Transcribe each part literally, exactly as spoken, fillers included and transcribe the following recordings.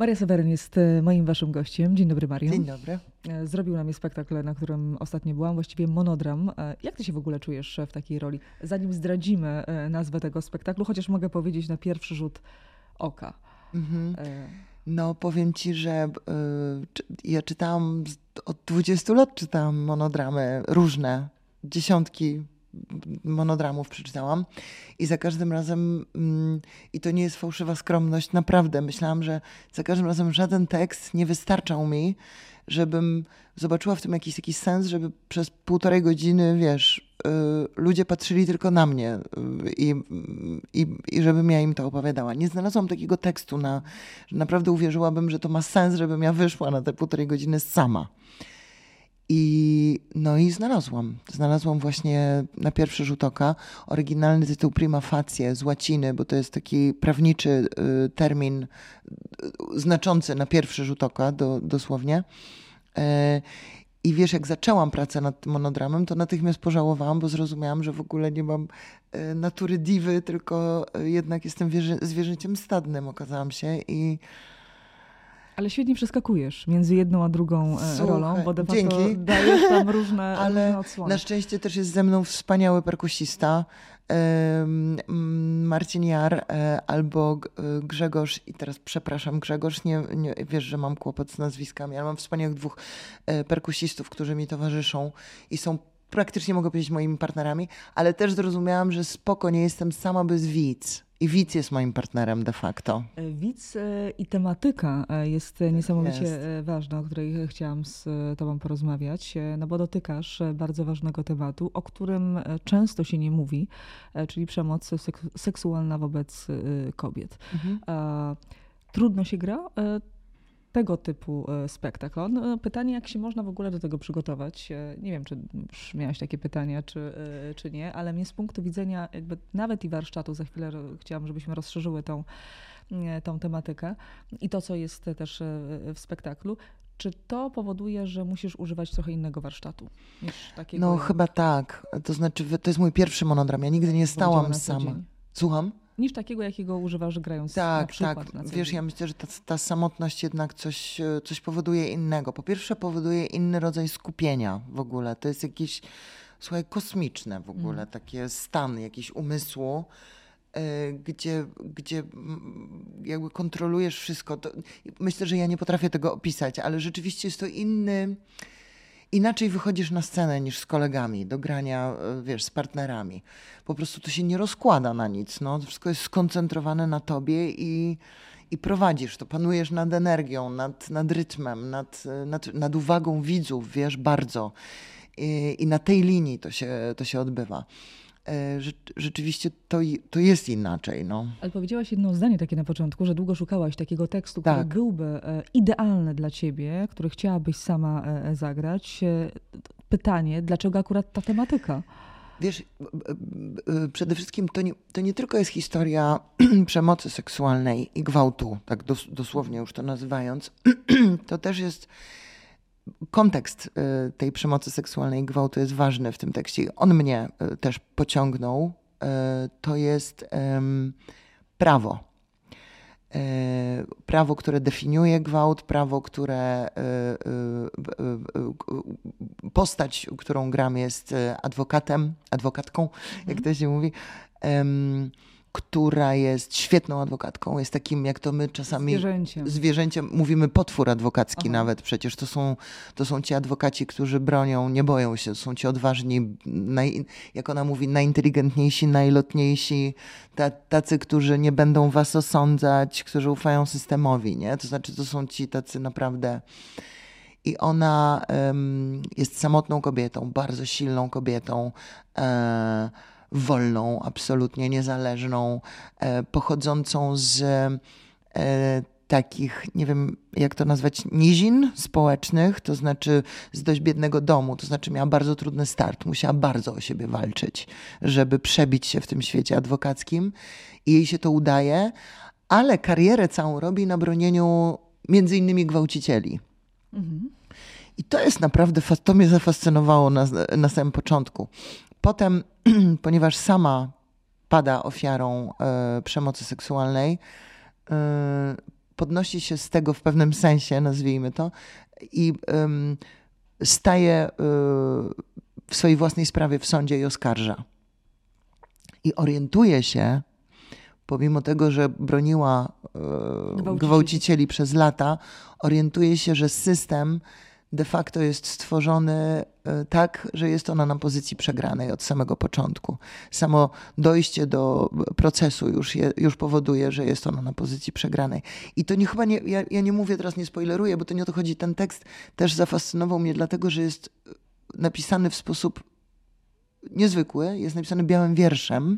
Maria Seweryn jest moim waszym gościem. Dzień dobry, Mario. Dzień dobry. Zrobił nam spektakl, na którym ostatnio byłam, właściwie monodram. Jak ty się w ogóle czujesz w takiej roli? Zanim zdradzimy nazwę tego spektaklu, chociaż mogę powiedzieć na pierwszy rzut oka. Mhm. No powiem ci, że y, ja czytałam, od dwudziestu lat czytałam monodramy różne, dziesiątki monodramów przeczytałam i za każdym razem, mm, i to nie jest fałszywa skromność, naprawdę myślałam, że za każdym razem żaden tekst nie wystarczał mi, żebym zobaczyła w tym jakiś taki sens, żeby przez półtorej godziny, wiesz, y, ludzie patrzyli tylko na mnie y, i, i, i żebym ja im to opowiadała. Nie znalazłam takiego tekstu, na, że naprawdę uwierzyłabym, że to ma sens, żebym ja wyszła na te półtorej godziny sama. I no i znalazłam. Znalazłam właśnie na pierwszy rzut oka oryginalny tytuł Prima facie z łaciny, bo to jest taki prawniczy y, termin y, znaczący na pierwszy rzut oka do, dosłownie. Y, I wiesz, jak zaczęłam pracę nad tym monodramem, to natychmiast pożałowałam, bo zrozumiałam, że w ogóle nie mam y, natury diwy, tylko y, jednak jestem wierzy- zwierzęciem stadnym, okazałam się. I Ale świetnie przeskakujesz między jedną a drugą Słuchaj, rolą, bo de facto dzięki. dajesz tam różne, Ale różne odsłony. Na szczęście też jest ze mną wspaniały perkusista Marcin Jar albo Grzegorz, i teraz przepraszam Grzegorz, nie, nie, wiesz, że mam kłopot z nazwiskami, ale mam wspaniałych dwóch perkusistów, którzy mi towarzyszą i są praktycznie, mogę powiedzieć, moimi partnerami, ale też zrozumiałam, że spoko, nie jestem sama bez widz. I widz jest moim partnerem de facto. Widz i tematyka jest niesamowicie jest. ważna, o której chciałam z tobą porozmawiać, no bo dotykasz bardzo ważnego tematu, o którym często się nie mówi, czyli przemoc seksualna wobec kobiet. Mhm. Trudno się gra tego typu spektakl. No, pytanie, jak się można w ogóle do tego przygotować. Nie wiem, czy już miałaś takie pytania, czy, czy nie, ale mnie z punktu widzenia jakby nawet i warsztatu, za chwilę chciałam, żebyśmy rozszerzyły tą, tą tematykę i to, co jest też w spektaklu. Czy to powoduje, że musisz używać trochę innego warsztatu niż takiego? No jak... chyba tak. To znaczy, to jest mój pierwszy monodram. Ja nigdy nie stałam sama. Słucham? Niż takiego, jakiego używasz grając tak, na przykład tak. na co Wiesz, dzień. ja myślę, że ta, ta samotność jednak coś, coś powoduje innego. Po pierwsze powoduje inny rodzaj skupienia w ogóle. To jest jakieś, słuchaj, kosmiczne w ogóle, mm. takie stan jakiś umysłu, yy, gdzie, gdzie jakby kontrolujesz wszystko. To, myślę, że ja nie potrafię tego opisać, ale rzeczywiście jest to inny... Inaczej wychodzisz na scenę niż z kolegami, do grania, wiesz, z partnerami. Po prostu to się nie rozkłada na nic. No. To wszystko jest skoncentrowane na tobie i, i prowadzisz to. Panujesz nad energią, nad, nad rytmem, nad, nad, nad uwagą widzów, wiesz, bardzo. I, i na tej linii to się, to się odbywa. Rzeczywiście to, to jest inaczej. No. Ale powiedziałaś jedno zdanie takie na początku, że długo szukałaś takiego tekstu, tak. który byłby idealny dla ciebie, który chciałabyś sama zagrać. Pytanie, dlaczego akurat ta tematyka? Wiesz, przede wszystkim to nie, to nie tylko jest historia przemocy seksualnej i gwałtu, tak dos, dosłownie już to nazywając, to też jest kontekst tej przemocy seksualnej i gwałtu jest ważny w tym tekście. On mnie też pociągnął. To jest prawo. Prawo, które definiuje gwałt, prawo, które postać, którą gram, jest adwokatem, adwokatką, mhm. jak to się mówi, która jest świetną adwokatką, jest takim, jak to my czasami... Zwierzęciem. Zwierzęciem, mówimy potwór adwokacki. Aha. Nawet przecież. To są, to są ci adwokaci, którzy bronią, nie boją się, są ci odważni, naj, jak ona mówi, najinteligentniejsi, najlotniejsi, tacy, którzy nie będą was osądzać, którzy ufają systemowi, nie? To znaczy, to są ci tacy naprawdę... I ona um, jest samotną kobietą, bardzo silną kobietą, e, wolną, absolutnie niezależną, e, pochodzącą z e, takich, nie wiem jak to nazwać, nizin społecznych, to znaczy z dość biednego domu, to znaczy miała bardzo trudny start, musiała bardzo o siebie walczyć, żeby przebić się w tym świecie adwokackim i jej się to udaje, ale karierę całą robi na bronieniu między innymi gwałcicieli. Mhm. I to jest naprawdę, to mnie zafascynowało na, na samym początku. Potem, ponieważ sama pada ofiarą e, przemocy seksualnej, e, podnosi się z tego w pewnym sensie, nazwijmy to, i um, staje y, w swojej własnej sprawie w sądzie i oskarża. I orientuje się, pomimo tego, że broniła y, gwałcicieli. gwałcicieli przez lata, orientuje się, że system de facto jest stworzony tak, że jest ona na pozycji przegranej od samego początku. Samo dojście do procesu już, je, już powoduje, że jest ona na pozycji przegranej. I to nie, chyba nie, ja, ja nie mówię teraz, nie spoileruję, bo to nie o to chodzi. Ten tekst też zafascynował mnie, dlatego że jest napisany w sposób niezwykły, jest napisany białym wierszem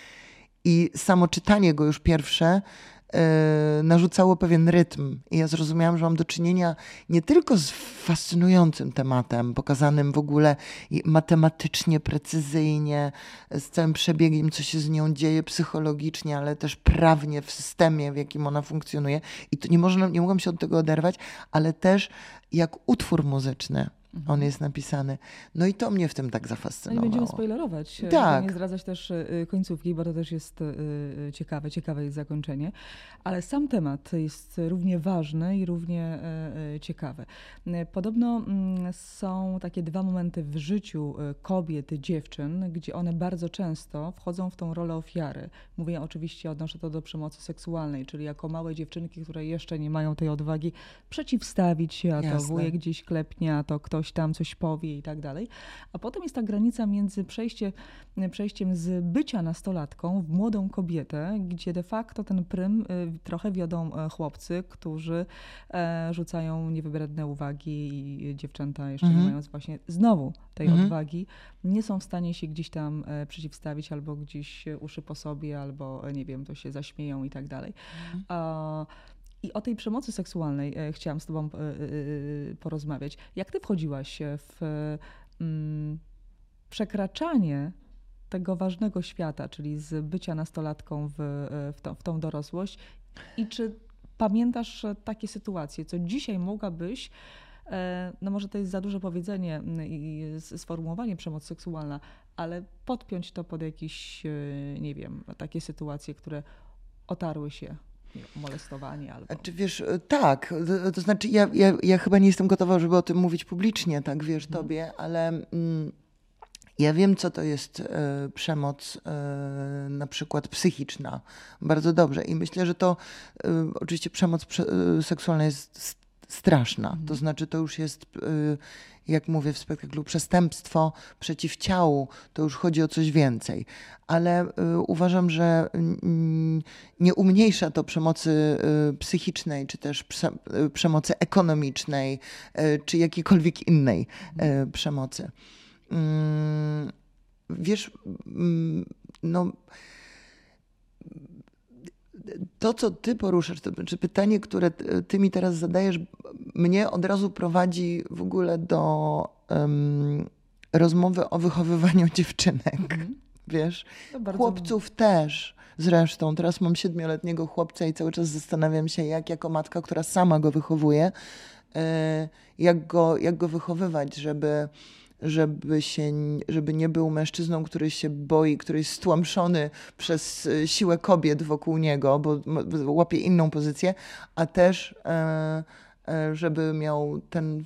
i samo czytanie go już pierwsze narzucało pewien rytm. I ja zrozumiałam, że mam do czynienia nie tylko z fascynującym tematem, pokazanym w ogóle matematycznie, precyzyjnie, z całym przebiegiem, co się z nią dzieje psychologicznie, ale też prawnie w systemie, w jakim ona funkcjonuje. I to nie, można, nie mogłam się od tego oderwać, ale też jak utwór muzyczny. On jest napisany. No i to mnie w tym tak zafascynowało. No nie będziemy spoilerować, tak. nie zdradzać też końcówki, bo to też jest ciekawe, ciekawe jest zakończenie. Ale sam temat jest równie ważny i równie ciekawy. Podobno są takie dwa momenty w życiu kobiet, dziewczyn, gdzie one bardzo często wchodzą w tą rolę ofiary. Mówię oczywiście, odnoszę to do przemocy seksualnej, czyli jako małe dziewczynki, które jeszcze nie mają tej odwagi przeciwstawić się, a to Jasne. wujek gdzieś klepnie, a to ktoś tam coś powie i tak dalej. A potem jest ta granica między przejście, przejściem z bycia nastolatką w młodą kobietę, gdzie de facto ten prym trochę wiodą chłopcy, którzy rzucają niewybredne uwagi i dziewczęta jeszcze mhm. nie mając właśnie znowu tej mhm. odwagi, nie są w stanie się gdzieś tam przeciwstawić albo gdzieś uszy po sobie, albo nie wiem, to się zaśmieją i tak dalej. Mhm. A, I o tej przemocy seksualnej e, chciałam z tobą e, e, porozmawiać. Jak ty wchodziłaś w mm, przekraczanie tego ważnego świata, czyli z bycia nastolatką w, w, to, w tą dorosłość i czy pamiętasz takie sytuacje, co dzisiaj mogłabyś, e, no może to jest za duże powiedzenie i sformułowanie przemoc seksualna, ale podpiąć to pod jakieś, e, nie wiem, takie sytuacje, które otarły się molestowanie albo... Czy wiesz, tak, to, to znaczy ja, ja, ja chyba nie jestem gotowa, żeby o tym mówić publicznie, tak wiesz, hmm. tobie, ale mm, ja wiem, co to jest e, przemoc e, na przykład psychiczna, bardzo dobrze i myślę, że to e, oczywiście przemoc prze, e, seksualna jest straszna, hmm. to znaczy to już jest... E, jak mówię w spektaklu, przestępstwo przeciw ciału, to już chodzi o coś więcej. Ale y, uważam, że y, nie umniejsza to przemocy y, psychicznej, czy też prze, y, przemocy ekonomicznej, y, czy jakiejkolwiek innej y, przemocy. Y, wiesz, y, no... To, co ty poruszasz, to znaczy pytanie, które ty mi teraz zadajesz, mnie od razu prowadzi w ogóle do um, rozmowy o wychowywaniu dziewczynek. Mm-hmm. Wiesz? Bardzo... Chłopców też. Zresztą teraz mam siedmioletniego chłopca i cały czas zastanawiam się, jak jako matka, która sama go wychowuje, jak go, jak go wychowywać, żeby... Żeby, się, żeby nie był mężczyzną, który się boi, który jest stłamszony przez siłę kobiet wokół niego, bo łapie inną pozycję, a też żeby miał ten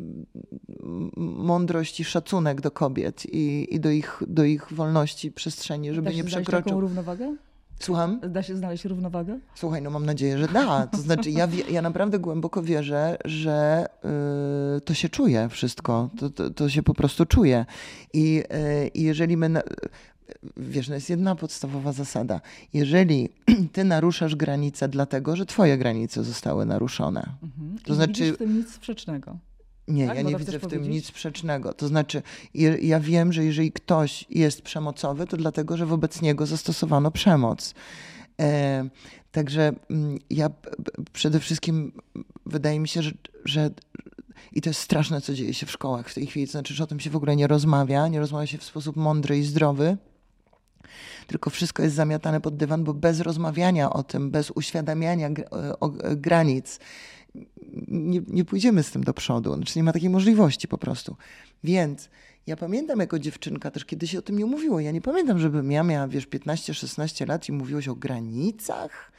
mądrość i szacunek do kobiet i, i do, ich, do ich wolności, przestrzeni, żeby nie przekroczył. Taką równowagę? Słucham? Da się znaleźć równowagę? Słuchaj, no mam nadzieję, że da. To znaczy ja, ja naprawdę głęboko wierzę, że y, to się czuje wszystko. To, to, to się po prostu czuje. I, y, i jeżeli my... Na, wiesz, no jest jedna podstawowa zasada. Jeżeli ty naruszasz granice dlatego, że twoje granice zostały naruszone. Mhm. To I znaczy... widzisz w tym nic sprzecznego. Nie, tak? ja Bo nie widzę w powiedzieć? tym nic sprzecznego. To znaczy, ja wiem, że jeżeli ktoś jest przemocowy, to dlatego, że wobec niego zastosowano przemoc. E, także ja przede wszystkim wydaje mi się, że, że i to jest straszne, co dzieje się w szkołach w tej chwili. To znaczy, że o tym się w ogóle nie rozmawia, nie rozmawia się w sposób mądry i zdrowy. Tylko wszystko jest zamiatane pod dywan, bo bez rozmawiania o tym, bez uświadamiania o granic, Nie, nie pójdziemy z tym do przodu. Znaczy nie ma takiej możliwości po prostu. Więc ja pamiętam jako dziewczynka też, kiedy się o tym nie mówiło. Ja nie pamiętam, żebym ja miała, wiesz, piętnaście szesnaście lat i mówiło się o granicach,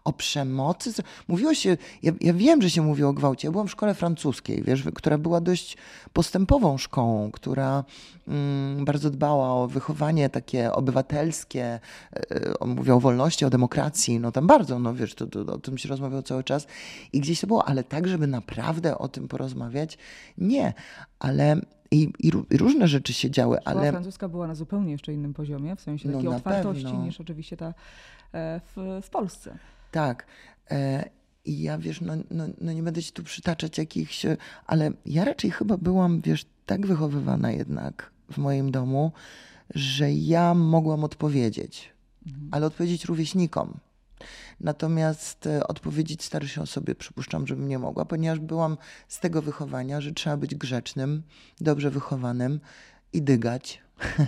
o przemocy. Mówiło się, ja, ja wiem, że się mówi o gwałcie. Ja byłam w szkole francuskiej, wiesz, która była dość postępową szkołą, która mm, bardzo dbała o wychowanie takie obywatelskie, yy, mówią o wolności, o demokracji, no tam bardzo, no wiesz, to, to, o tym się rozmawiało cały czas i gdzieś to było, ale tak, żeby naprawdę o tym porozmawiać, nie, ale i, i, i różne rzeczy się działy, Szkoła ale... francuska była na zupełnie jeszcze innym poziomie, w sensie No, takiej na otwartości pewno. niż oczywiście ta e, w, w Polsce. Tak. E, I ja, wiesz, no, no, no nie będę ci tu przytaczać jakichś, ale ja raczej chyba byłam, wiesz, tak wychowywana jednak w moim domu, że ja mogłam odpowiedzieć, Mhm. ale odpowiedzieć rówieśnikom. Natomiast e, odpowiedzieć starszej osobie przypuszczam, żebym nie mogła, ponieważ byłam z tego wychowania, że trzeba być grzecznym, dobrze wychowanym i dygać.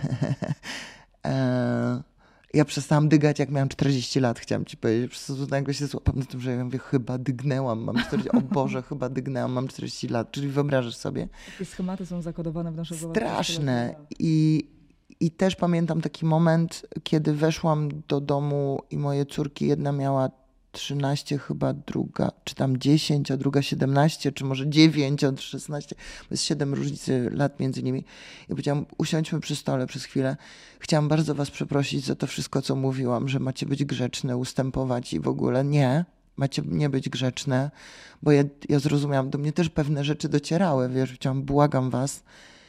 e, Ja przestałam dygać, jak miałam czterdzieści lat, chciałam ci powiedzieć. Po prostu nagle się złapam na tym, że ja mówię, chyba dygnęłam, mam czterdzieści, o Boże, chyba dygnęłam, mam czterdzieści lat. Czyli wyobrażasz sobie? Takie schematy są zakodowane w naszych głowach. Straszne. I, I też pamiętam taki moment, kiedy weszłam do domu i moje córki, jedna miała trzynaście chyba, druga, czy tam dziesięć, a druga siedemnaście, czy może dziewięć, a szesnaście, bo jest siedem różnicy lat między nimi. I powiedziałam, usiądźmy przy stole przez chwilę. Chciałam bardzo was przeprosić za to wszystko, co mówiłam, że macie być grzeczne, ustępować i w ogóle nie. Macie nie być grzeczne, bo ja, ja zrozumiałam, do mnie też pewne rzeczy docierały, wiesz, chciałam, błagam was,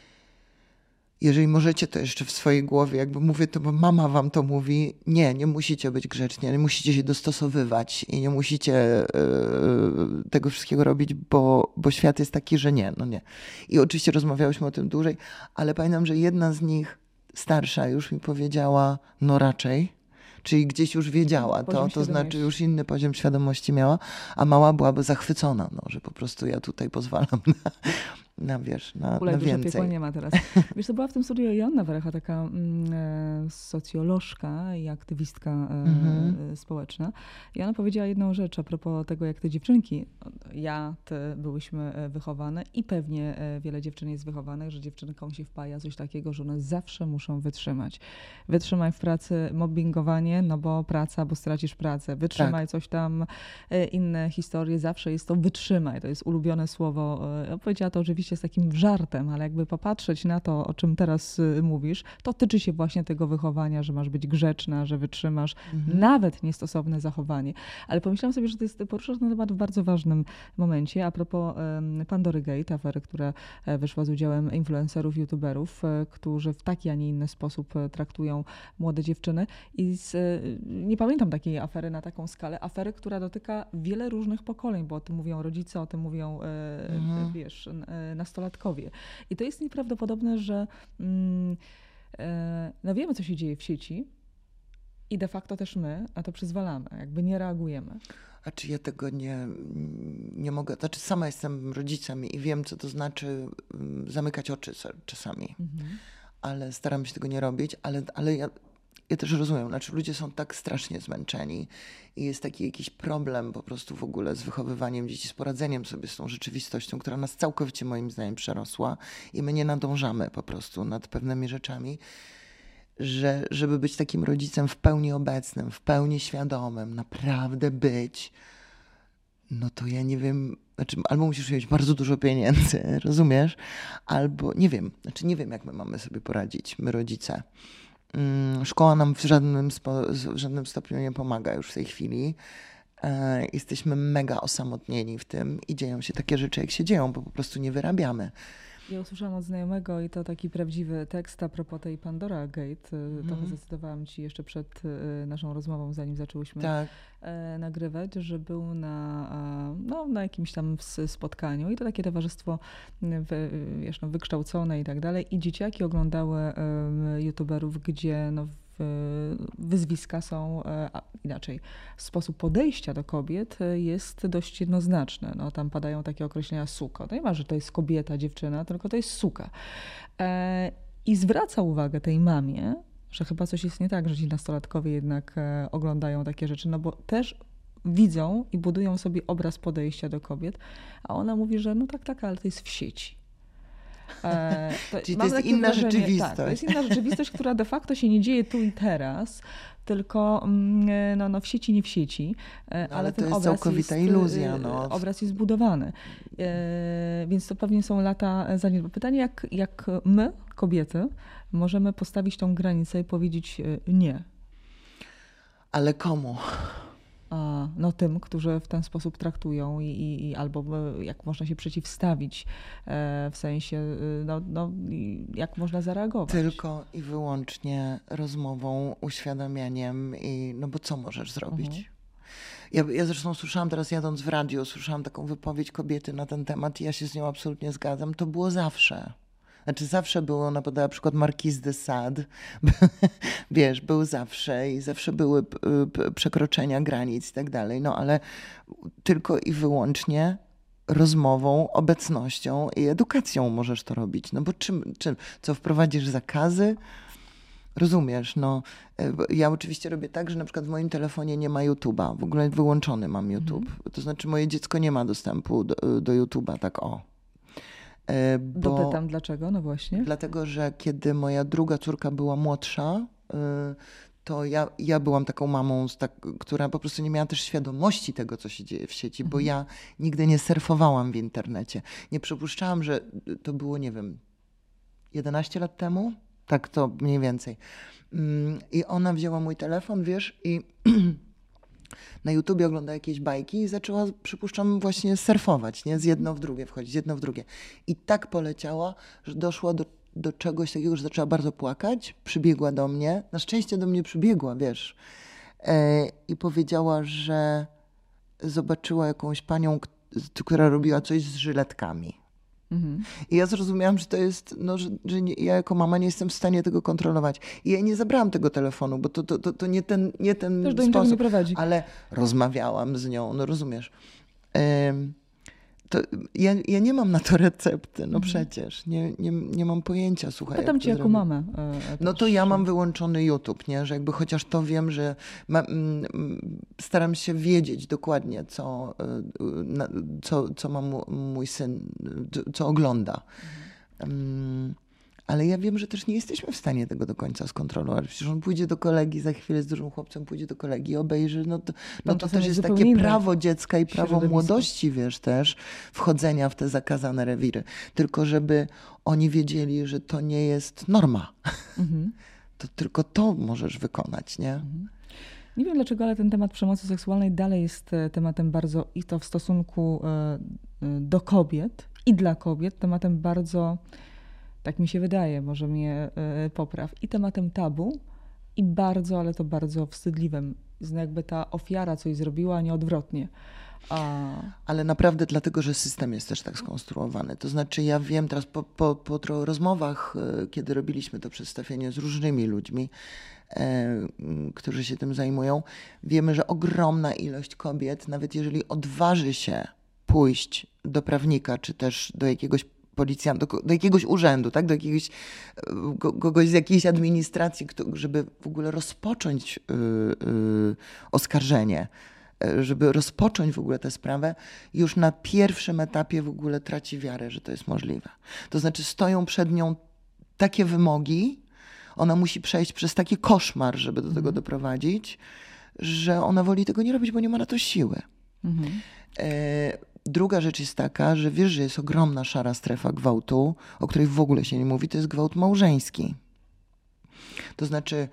jeżeli możecie, to jeszcze w swojej głowie, jakby mówię to, bo mama wam to mówi, nie, nie musicie być grzeczni, nie musicie się dostosowywać i nie musicie yy, tego wszystkiego robić, bo, bo świat jest taki, że nie, no nie. I oczywiście rozmawiałyśmy o tym dłużej, ale pamiętam, że jedna z nich, starsza, już mi powiedziała, no raczej, czyli gdzieś już wiedziała to, to znaczy już inny poziom świadomości miała, a mała byłaby zachwycona, no, że po prostu ja tutaj pozwalam na, na wiesz, na, na więcej. Nie ma teraz. Wiesz, to była w tym studiu Joanna Warecha, taka mm, e, socjolożka i aktywistka e, mm-hmm. społeczna. I ona powiedziała jedną rzecz a propos tego, jak te dziewczynki, ja, ty byłyśmy wychowane i pewnie wiele dziewczyn jest wychowanych, że dziewczynkom się wpaja coś takiego, że one zawsze muszą wytrzymać. Wytrzymaj w pracy mobbingowanie, no bo praca, bo stracisz pracę. Wytrzymaj tak. coś tam, e, inne historie, zawsze jest to wytrzymaj. To jest ulubione słowo. E, powiedziała to oczywiście z takim żartem, ale jakby popatrzeć na to, o czym teraz mówisz, to tyczy się właśnie tego wychowania, że masz być grzeczna, że wytrzymasz mhm. nawet niestosowne zachowanie. Ale pomyślałam sobie, że to jest poruszasz na temat w bardzo ważnym momencie, a propos um, Pandory Gate, afery, która wyszła z udziałem influencerów, youtuberów, którzy w taki, a nie inny sposób traktują młode dziewczyny. I z, nie pamiętam takiej afery na taką skalę, afery, która dotyka wiele różnych pokoleń, bo o tym mówią rodzice, o tym mówią, mhm. wiesz, nastolatkowie. I to jest nieprawdopodobne, że mm, e, no wiemy, co się dzieje w sieci i de facto też my na to przyzwalamy, jakby nie reagujemy. A czy ja tego nie, nie mogę, znaczy sama jestem rodzicem i wiem, co to znaczy zamykać oczy czasami, mhm. ale staram się tego nie robić, ale, ale ja Ja też rozumiem, znaczy ludzie są tak strasznie zmęczeni i jest taki jakiś problem po prostu w ogóle z wychowywaniem dzieci, z poradzeniem sobie z tą rzeczywistością, która nas całkowicie moim zdaniem przerosła i my nie nadążamy po prostu nad pewnymi rzeczami, że żeby być takim rodzicem w pełni obecnym, w pełni świadomym, naprawdę być, no to ja nie wiem, znaczy albo musisz mieć bardzo dużo pieniędzy, rozumiesz? Albo nie wiem, znaczy nie wiem, jak my mamy sobie poradzić, my rodzice. Szkoła nam w żadnym, spo, w żadnym stopniu nie pomaga już w tej chwili. E, jesteśmy mega osamotnieni w tym i dzieją się takie rzeczy, jak się dzieją, bo po prostu nie wyrabiamy. Ja usłyszałam od znajomego i to taki prawdziwy tekst a propos tej Pandora Gate. Mm. Trochę zdecydowałam ci jeszcze przed naszą rozmową, zanim zaczęłyśmy tak. nagrywać, że był na, no, na jakimś tam spotkaniu i to takie towarzystwo wiesz, no, wykształcone i tak dalej. I dzieciaki oglądały youtuberów, gdzie no, wyzwiska są, a inaczej, sposób podejścia do kobiet jest dość jednoznaczny. No, tam padają takie określenia suko. No nie ma, że to jest kobieta, dziewczyna, tylko to jest suka. E, I zwraca uwagę tej mamie, że chyba coś jest nie tak, że ci nastolatkowie jednak oglądają takie rzeczy, no bo też widzą i budują sobie obraz podejścia do kobiet, a ona mówi, że no tak, tak, ale to jest w sieci. E, to Czyli to jest inna wrażenie, rzeczywistość. Tak, to jest inna rzeczywistość, która de facto się nie dzieje tu i teraz, tylko no, no w sieci, nie w sieci, no, ale, ale to ten jest obraz całkowita jest, iluzja. No. Obraz jest zbudowany. E, więc to pewnie są lata zaniedbań. Pytanie, jak, jak my, kobiety, możemy postawić tą granicę i powiedzieć nie. Ale komu? A, no tym, którzy w ten sposób traktują i, i, i albo jak można się przeciwstawić, e, w sensie, no, no, jak można zareagować. Tylko i wyłącznie rozmową, uświadamianiem i no bo co możesz zrobić? Mhm. Ja, ja zresztą słyszałam teraz jadąc w radio, słyszałam taką wypowiedź kobiety na ten temat i ja się z nią absolutnie zgadzam. To było zawsze. Znaczy zawsze było, ona podała przykład Marquise de Sade, wiesz, był zawsze i zawsze były przekroczenia granic i tak dalej, no ale tylko i wyłącznie rozmową, obecnością i edukacją możesz to robić. No bo czym, czym co wprowadzisz zakazy? Rozumiesz, no ja oczywiście robię tak, że na przykład w moim telefonie nie ma YouTube'a, w ogóle wyłączony mam YouTube, mm. to znaczy moje dziecko nie ma dostępu do, do YouTube'a, tak o. Bo, Dopytam dlaczego, no właśnie. Dlatego, że kiedy moja druga córka była młodsza, to ja, ja byłam taką mamą, tak, która po prostu nie miała też świadomości tego, co się dzieje w sieci, mhm. bo ja nigdy nie surfowałam w internecie. Nie przypuszczałam, że to było, nie wiem, jedenaście lat temu? Tak to mniej więcej. I ona wzięła mój telefon, wiesz, i na YouTubie ogląda jakieś bajki i zaczęła, przypuszczam, właśnie surfować, nie? Z jedno w drugie wchodzić, z jedno w drugie. I tak poleciała, że doszła do, do czegoś takiego, że zaczęła bardzo płakać, przybiegła do mnie, na szczęście do mnie przybiegła, wiesz, e, i powiedziała, że zobaczyła jakąś panią, która robiła coś z żyletkami. Mhm. I ja zrozumiałam, że to jest, no, że, że nie, ja jako mama nie jestem w stanie tego kontrolować. I ja nie zabrałam tego telefonu, bo to, to, to, to nie ten, nie ten Też do sposób. Nie prowadzi. Ale rozmawiałam z nią, no rozumiesz. Ym, to ja, ja nie mam na to recepty, no mhm. przecież. Nie, nie, nie mam pojęcia, słuchaj. Pytam cię jako zrobić. mamę. E, no to ja mam wyłączony YouTube, nie? Że jakby chociaż to wiem, że ma, m, m, staram się wiedzieć dokładnie, co, na, co, co ma mój syn, co ogląda. Mhm. Um, ale ja wiem, że też nie jesteśmy w stanie tego do końca skontrolować. Przecież on pójdzie do kolegi, za chwilę z dużym chłopcem pójdzie do kolegi i obejrzy. No to, no to też jest takie prawo dziecka i prawo młodości, wiesz, też wchodzenia w te zakazane rewiry. Tylko żeby oni wiedzieli, że to nie jest norma. Mhm. To tylko to możesz wykonać, nie? Mhm. Nie wiem dlaczego, ale ten temat przemocy seksualnej dalej jest tematem bardzo, i to w stosunku do kobiet i dla kobiet, tematem bardzo... Tak mi się wydaje, może mnie y, popraw. I tematem tabu, i bardzo, ale to bardzo wstydliwym. Jakby ta ofiara coś zrobiła, a nie odwrotnie. A... Ale naprawdę dlatego, że system jest też tak skonstruowany. To znaczy ja wiem teraz po, po, po rozmowach, kiedy robiliśmy to przedstawienie z różnymi ludźmi, e, którzy się tym zajmują, wiemy, że ogromna ilość kobiet, nawet jeżeli odważy się pójść do prawnika, czy też do jakiegoś policjanta, do, do jakiegoś urzędu, tak? Do jakiegoś, kogoś z jakiejś administracji, żeby w ogóle rozpocząć yy, yy, oskarżenie, żeby rozpocząć w ogóle tę sprawę, już na pierwszym etapie w ogóle traci wiarę, że to jest możliwe. To znaczy stoją przed nią takie wymogi, ona musi przejść przez taki koszmar, żeby do tego doprowadzić, że ona woli tego nie robić, bo nie ma na to siły. Mhm. E, Druga rzecz jest taka, że wiesz, że jest ogromna szara strefa gwałtu, o której w ogóle się nie mówi, to jest gwałt małżeński. To znaczy,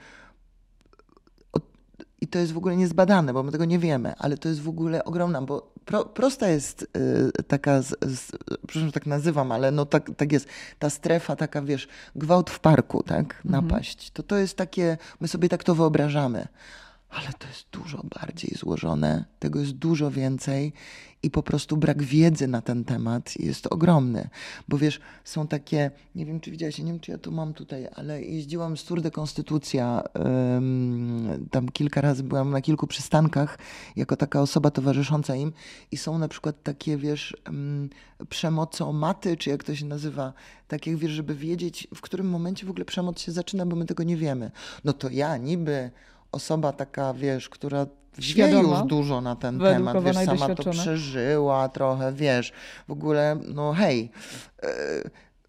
i to jest w ogóle niezbadane, bo my tego nie wiemy, ale to jest w ogóle ogromna, bo pro, prosta jest y, taka, z, z, przepraszam, że tak nazywam, ale no tak, tak jest, ta strefa taka, wiesz, gwałt w parku, tak, napaść. To to jest takie, my sobie tak to wyobrażamy. Ale to jest dużo bardziej złożone, tego jest dużo więcej i po prostu brak wiedzy na ten temat jest ogromny. Bo wiesz, są takie, nie wiem czy widziałeś, nie wiem czy ja to mam tutaj, ale jeździłam z Tour de Konstytucja, um, tam kilka razy byłam na kilku przystankach jako taka osoba towarzysząca im i są na przykład takie, wiesz, um, przemocomaty, czy jak to się nazywa, takie, wiesz, żeby wiedzieć, w którym momencie w ogóle przemoc się zaczyna, bo my tego nie wiemy. No to ja niby... Osoba taka, wiesz, która wie już dużo na ten temat, wiesz, sama to przeżyła trochę, wiesz, w ogóle, no hej,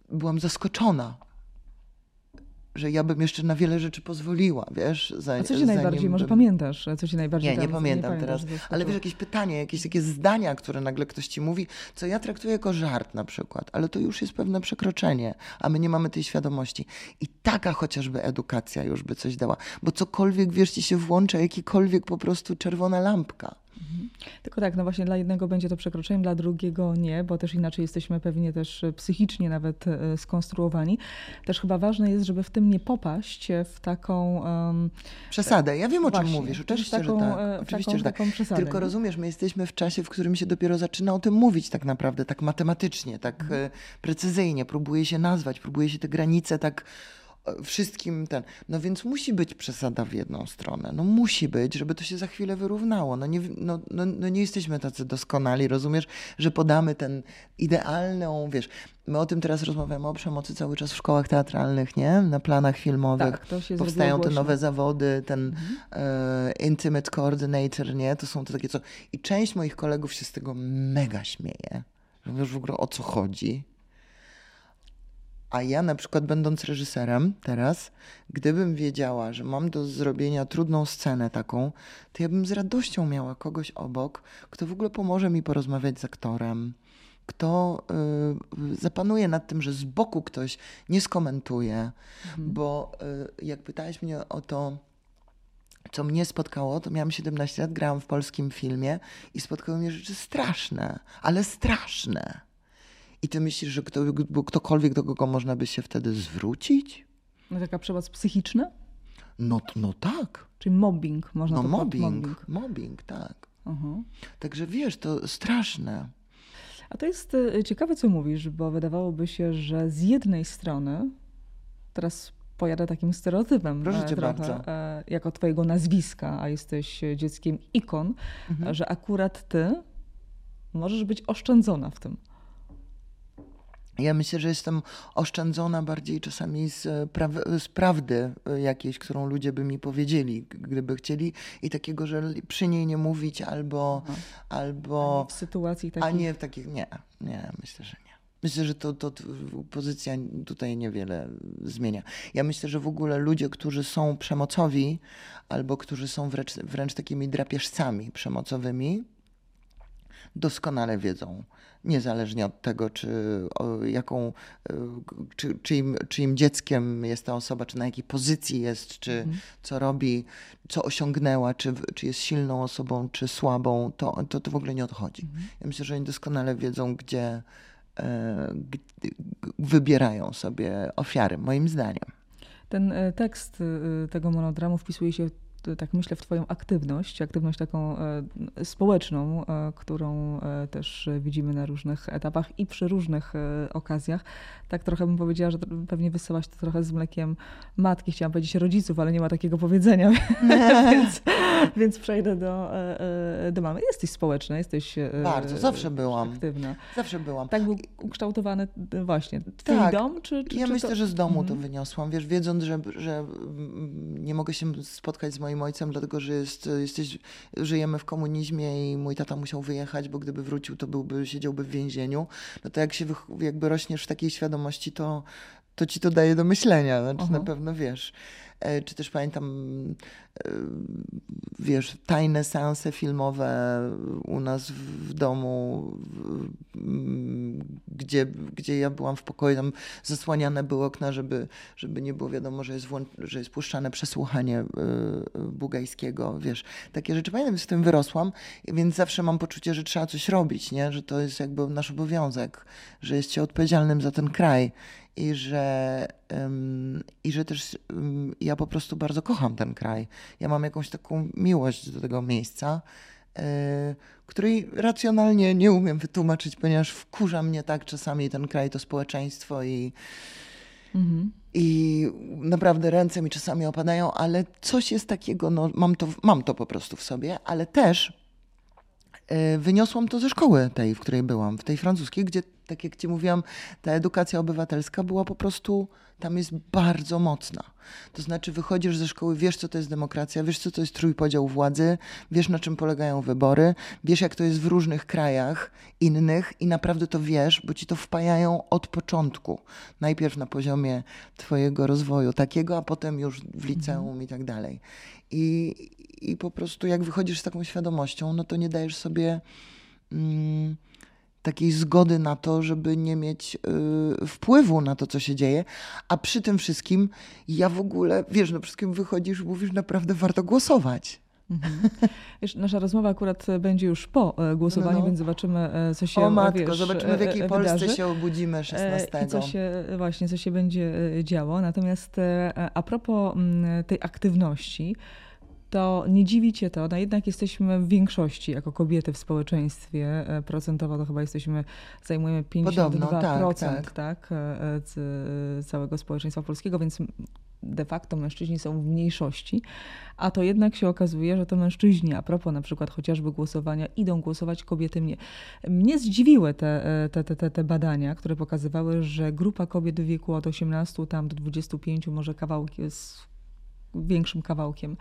byłam zaskoczona, że ja bym jeszcze na wiele rzeczy pozwoliła, wiesz. A co cię najbardziej, może bym... pamiętasz, co cię najbardziej Nie, nie tam, pamiętam nie teraz, pamiętasz, ale wiesz, jakieś pytanie, jakieś takie zdania, które nagle ktoś ci mówi, co ja traktuję jako żart na przykład, ale to już jest pewne przekroczenie, a my nie mamy tej świadomości. I taka chociażby edukacja już by coś dała, bo cokolwiek, wiesz, ci się włącza, jakikolwiek po prostu czerwona lampka. Mhm. Tylko tak, no właśnie dla jednego będzie to przekroczeniem, dla drugiego nie, bo też inaczej jesteśmy pewnie też psychicznie nawet skonstruowani. Też chyba ważne jest, żeby w tym nie popaść w taką... Um, przesadę. Ja wiem, o właśnie, czym mówisz. Oczywiście, taką, że tak. Oczywiście, taką, że tak. taką przesadę, Tylko nie? rozumiesz, my jesteśmy w czasie, w którym się dopiero zaczyna o tym mówić tak naprawdę, tak matematycznie, tak mhm. precyzyjnie. Próbuje się nazwać, próbuje się te granice tak wszystkim ten. No więc musi być przesada w jedną stronę. No musi być, żeby to się za chwilę wyrównało. No nie, no, no, no nie jesteśmy tacy doskonali, rozumiesz, że podamy ten idealną, wiesz, my o tym teraz rozmawiamy o przemocy cały czas w szkołach teatralnych, nie? Na planach filmowych. Tak, to się powstają te głośno. nowe zawody, ten mhm. e, intimate coordinator, nie? To są to takie co... I część moich kolegów się z tego mega śmieje. Że wiesz w ogóle o co chodzi. A ja na przykład będąc reżyserem teraz, gdybym wiedziała, że mam do zrobienia trudną scenę taką, to ja bym z radością miała kogoś obok, kto w ogóle pomoże mi porozmawiać z aktorem, kto y, zapanuje nad tym, że z boku ktoś nie skomentuje, mhm. bo y, jak pytałeś mnie o to, co mnie spotkało, to miałam siedemnaście lat, grałam w polskim filmie i spotkały mnie rzeczy straszne, ale straszne. I ty myślisz, że kto, ktokolwiek, do kogo można by się wtedy zwrócić? No taka przemoc psychiczna? No, no tak. Czyli mobbing, można no, to mobbing, mobbing. mobbing, tak. Uh-huh. Także wiesz, to straszne. A to jest ciekawe, co mówisz, bo wydawałoby się, że z jednej strony, teraz pojadę takim stereotypem Proszę cię trochę, bardzo. jako twojego nazwiska, a jesteś dzieckiem ikon, mhm. że akurat ty możesz być oszczędzona w tym. Ja myślę, że jestem oszczędzona bardziej czasami z, pra- z prawdy jakiejś, którą ludzie by mi powiedzieli, gdyby chcieli, i takiego, że przy niej nie mówić albo... albo a nie w sytuacji takiej... A nie w takich... Nie, nie, myślę, że nie. Myślę, że to, to pozycja tutaj niewiele zmienia. Ja myślę, że w ogóle ludzie, którzy są przemocowi albo którzy są wręcz, wręcz takimi drapieżcami przemocowymi, doskonale wiedzą, niezależnie od tego, czy, o, jaką, czy, czyim, czyim dzieckiem jest ta osoba, czy na jakiej pozycji jest, czy mm. co robi, co osiągnęła, czy, czy jest silną osobą, czy słabą, to, to, to w ogóle nie odchodzi. Mm. Ja myślę, że oni doskonale wiedzą, gdzie e, g, wybierają sobie ofiary, moim zdaniem. Ten tekst tego monodramu wpisuje się, tak myślę, w twoją aktywność, aktywność taką e, społeczną, e, którą e, też widzimy na różnych etapach i przy różnych e, okazjach. Tak trochę bym powiedziała, że pewnie wysyłaś to trochę z mlekiem matki, chciałam powiedzieć rodziców, ale nie ma takiego powiedzenia, więc, więc przejdę do, e, do mamy. Jesteś społeczna, jesteś e, bardzo, zawsze byłam. aktywna. Zawsze byłam. Tak był ukształtowany właśnie twój tak. dom? Czy, czy, ja czy myślę, to... że z domu mhm. to wyniosłam, wiesz, wiedząc, że, że nie mogę się spotkać z moim ojcem, dlatego że jest, jesteś, żyjemy w komunizmie i mój tata musiał wyjechać, bo gdyby wrócił, to byłby, siedziałby w więzieniu. No to jak się jakby rośniesz w takiej świadomości, to, to ci to daje do myślenia. Znaczy, na pewno wiesz. Czy też pamiętam, wiesz, tajne seanse filmowe u nas w domu, gdzie, gdzie ja byłam w pokoju, tam zasłaniane były okna, żeby, żeby nie było wiadomo, że jest, włą- że jest puszczane przesłuchanie Bugajskiego, wiesz. Takie rzeczy. Pamiętam, że z tym wyrosłam, więc zawsze mam poczucie, że trzeba coś robić, nie? Że to jest jakby nasz obowiązek, że jest się odpowiedzialnym za ten kraj. I że, um, I że też um, ja po prostu bardzo kocham ten kraj. Ja mam jakąś taką miłość do tego miejsca, yy, której racjonalnie nie umiem wytłumaczyć, ponieważ wkurza mnie tak czasami ten kraj, to społeczeństwo i, mhm. i naprawdę ręce mi czasami opadają, ale coś jest takiego, no mam to, mam to po prostu w sobie, ale też wyniosłam to ze szkoły tej, w której byłam, w tej francuskiej, gdzie, tak jak ci mówiłam, ta edukacja obywatelska była po prostu, tam jest bardzo mocna. To znaczy wychodzisz ze szkoły, wiesz, co to jest demokracja, wiesz, co to jest trójpodział władzy, wiesz, na czym polegają wybory, wiesz, jak to jest w różnych krajach innych i naprawdę to wiesz, bo ci to wpajają od początku. Najpierw na poziomie twojego rozwoju takiego, a potem już w liceum mhm. i tak dalej. I, I po prostu jak wychodzisz z taką świadomością, no to nie dajesz sobie mm, takiej zgody na to, żeby nie mieć y, wpływu na to, co się dzieje. A przy tym wszystkim ja w ogóle, wiesz, no wszystkim wychodzisz i mówisz, naprawdę warto głosować. Mhm. Wiesz, nasza rozmowa akurat będzie już po głosowaniu, no, no. więc zobaczymy, co się O matko, wiesz, zobaczymy, w jakiej wydarzy. Polsce się obudzimy szesnastego. I co się, właśnie, co się będzie działo. Natomiast a propos tej aktywności, to nie dziwi cię to, no jednak jesteśmy w większości jako kobiety w społeczeństwie, procentowo to chyba jesteśmy, zajmujemy pięćdziesiąt dwa procent Podobno, tak, tak. tak, całego społeczeństwa polskiego, więc de facto mężczyźni są w mniejszości, a to jednak się okazuje, że to mężczyźni, a propos na przykład chociażby głosowania, idą głosować, kobiety mnie. Mnie zdziwiły te, te, te, te badania, które pokazywały, że grupa kobiet w wieku od osiemnastu tam do dwudziestu pięciu, może kawałek jest większym kawałkiem.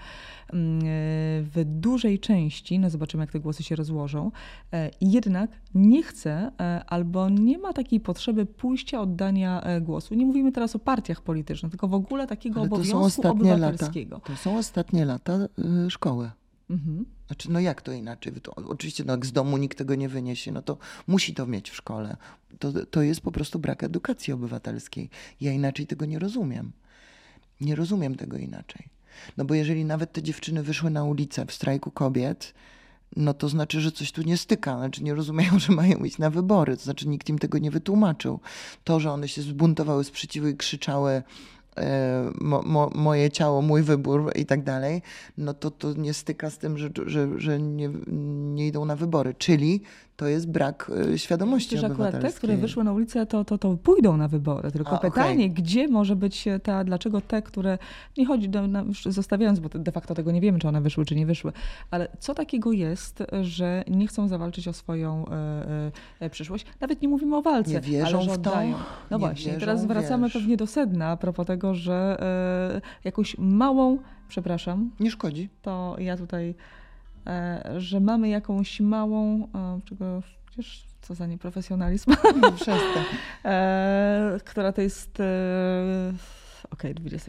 W dużej części, no zobaczymy jak te głosy się rozłożą, jednak nie chce albo nie ma takiej potrzeby pójścia, oddania głosu. Nie mówimy teraz o partiach politycznych, tylko w ogóle takiego Ale to obowiązku są obywatelskiego. Lata, to są ostatnie lata y, szkoły. Mhm. Znaczy, no jak to inaczej? To, oczywiście no jak z domu nikt tego nie wyniesie, no to musi to mieć w szkole. To, to jest po prostu brak edukacji obywatelskiej. Ja inaczej tego nie rozumiem. Nie rozumiem tego inaczej. No bo jeżeli nawet te dziewczyny wyszły na ulicę w strajku kobiet, no to znaczy, że coś tu nie styka. Znaczy nie rozumieją, że mają iść na wybory. To znaczy nikt im tego nie wytłumaczył. To, że one się zbuntowały, sprzeciwiły i krzyczały Mo, mo, moje ciało, mój wybór i tak dalej, no to to nie styka z tym, że, że, że nie, nie idą na wybory. Czyli to jest brak świadomości Myślę, że obywatelskiej. akurat te, które wyszły na ulicę, to, to, to pójdą na wybory. Tylko A, pytanie, okay. gdzie może być ta, dlaczego te, które, nie chodzi, do, na, już zostawiając, bo de facto tego nie wiemy, czy one wyszły, czy nie wyszły, ale co takiego jest, że nie chcą zawalczyć o swoją e, e, przyszłość? Nawet nie mówimy o walce, nie wierzą ale że w to. oddają. No nie właśnie, wierzą, teraz wracamy wiesz. pewnie do sedna, a propos tego, że e, jakąś małą, przepraszam. Nie szkodzi. To ja tutaj, e, że mamy jakąś małą, e, czego przecież co za nieprofesjonalizm, Przestań. e, która to jest, e, okej, okay, dwudziesta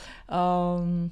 um,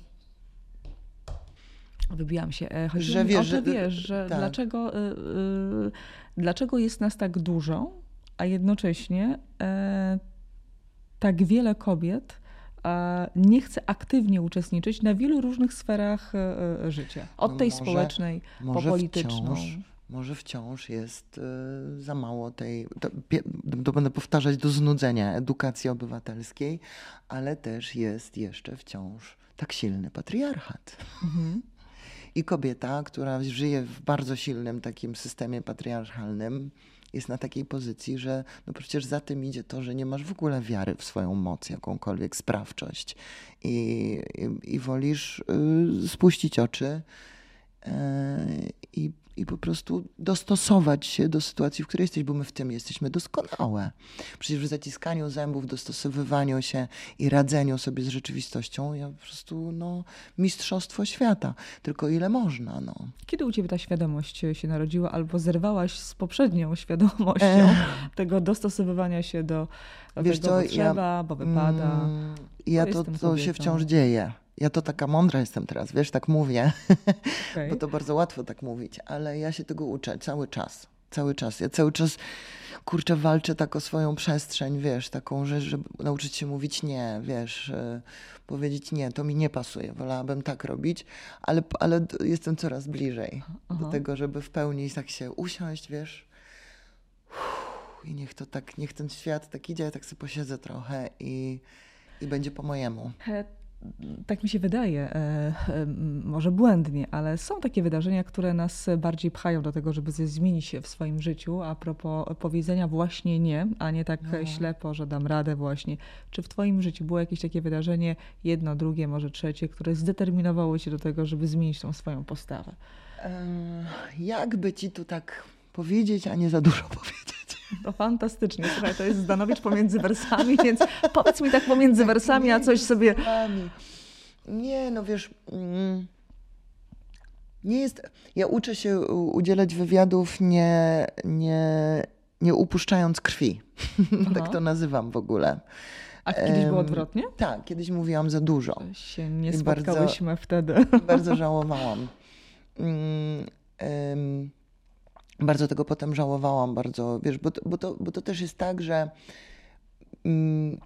wybiłam się. Chodzi że mi wiesz, o to, że, wiesz, że tak. dlaczego, y, y, dlaczego jest nas tak dużo, a jednocześnie e, tak wiele kobiet nie chce aktywnie uczestniczyć na wielu różnych sferach życia. Od no tej może, społecznej może po polityczną. Wciąż, może wciąż jest y, za mało tej, to, to będę powtarzać do znudzenia, edukacji obywatelskiej, ale też jest jeszcze wciąż tak silny patriarchat. Mhm. I kobieta, która żyje w bardzo silnym takim systemie patriarchalnym, jest na takiej pozycji, że no przecież za tym idzie to, że nie masz w ogóle wiary w swoją moc, jakąkolwiek sprawczość i, i, i wolisz y, spuścić oczy y, i, i po prostu dostosować się do sytuacji, w której jesteś, bo my w tym jesteśmy doskonałe. Przecież w zaciskaniu zębów, dostosowywaniu się i radzeniu sobie z rzeczywistością, ja po prostu no, mistrzostwo świata. Tylko ile można, no. Kiedy u ciebie ta świadomość się narodziła, albo zerwałaś z poprzednią świadomością Ech. tego dostosowywania się do, do Wiesz tego, co, bo trzeba, ja, bo wypada? Mm, ja to, to się wciąż dzieje. Ja to taka mądra jestem teraz, wiesz, tak mówię, okay. bo to bardzo łatwo tak mówić, ale ja się tego uczę cały czas, cały czas. Ja cały czas, kurczę, walczę tak o swoją przestrzeń, wiesz, taką, że, żeby nauczyć się mówić nie, wiesz, yy, powiedzieć nie, to mi nie pasuje, wolałabym tak robić, ale, ale jestem coraz bliżej Aha. do tego, żeby w pełni tak się usiąść, wiesz, uff, i niech to tak, niech ten świat tak idzie, ja tak sobie posiedzę trochę i, i będzie po mojemu. Tak mi się wydaje, e, e, może błędnie, ale są takie wydarzenia, które nas bardziej pchają do tego, żeby coś zmienić w swoim życiu. A propos powiedzenia właśnie nie, a nie tak No. ślepo, że dam radę właśnie. Czy w twoim życiu było jakieś takie wydarzenie, jedno, drugie, może trzecie, które zdeterminowało cię do tego, żeby zmienić tą swoją postawę? Em, Jakby ci tu tak powiedzieć, a nie za dużo powiedzieć. To fantastycznie. Słuchaj, to jest Zdanowicz pomiędzy wersami, więc powiedz mi tak pomiędzy wersami, a coś sobie... Nie, no wiesz, mm, nie jest... Ja uczę się u- udzielać wywiadów nie, nie, nie upuszczając krwi. Tak Aha. to nazywam w ogóle. A kiedyś było Em, odwrotnie? Tak, kiedyś mówiłam za dużo. Się nie I bardzo- spotkałyśmy wtedy. Bardzo żałowałam. Mm, em, bardzo tego potem żałowałam, bardzo, wiesz, bo to, bo to, bo to też jest tak, że mm,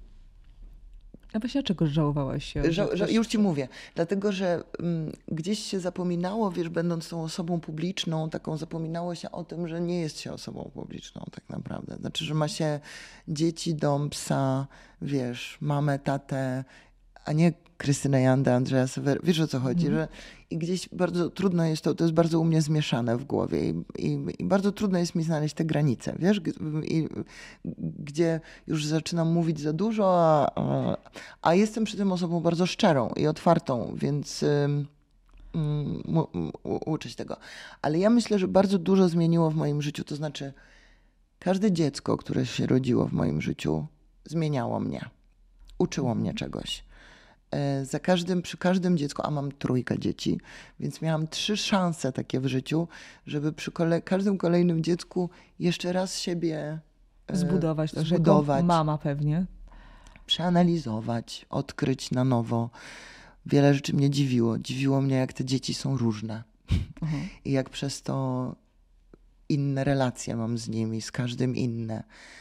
A właśnie, czego żałowałaś się? Ża- Że ża- ktoś- już ci mówię, dlatego że mm, gdzieś się zapominało, wiesz, będąc tą osobą publiczną, taką zapominało się o tym, że nie jest się osobą publiczną tak naprawdę. Znaczy, że ma się dzieci, dom, psa, wiesz, mamę, tatę, a nie Krystynę Jandę, Andrzeja Sewer. Wiesz, o co chodzi? Mhm. Że i gdzieś bardzo trudno jest to, to jest bardzo u mnie zmieszane w głowie i, i, i bardzo trudno jest mi znaleźć te granice, wiesz, G- i, gdzie już zaczynam mówić za dużo, a, a, a jestem przy tym osobą bardzo szczerą i otwartą, więc ym, ym, mu- u- uczę się tego. Ale ja myślę, że bardzo dużo zmieniło w moim życiu, to znaczy każde dziecko, które się rodziło w moim życiu, zmieniało mnie, uczyło mnie czegoś. E, Za każdym, przy każdym dziecku, a mam trójkę dzieci, więc miałam trzy szanse takie w życiu, żeby przy kole, każdym kolejnym dziecku jeszcze raz siebie e, Zbudować też jako zbudować, mama pewnie. przeanalizować, odkryć na nowo. Wiele rzeczy mnie dziwiło. Dziwiło mnie, jak te dzieci są różne Aha. i jak przez to inne relacje mam z nimi, z każdym inne.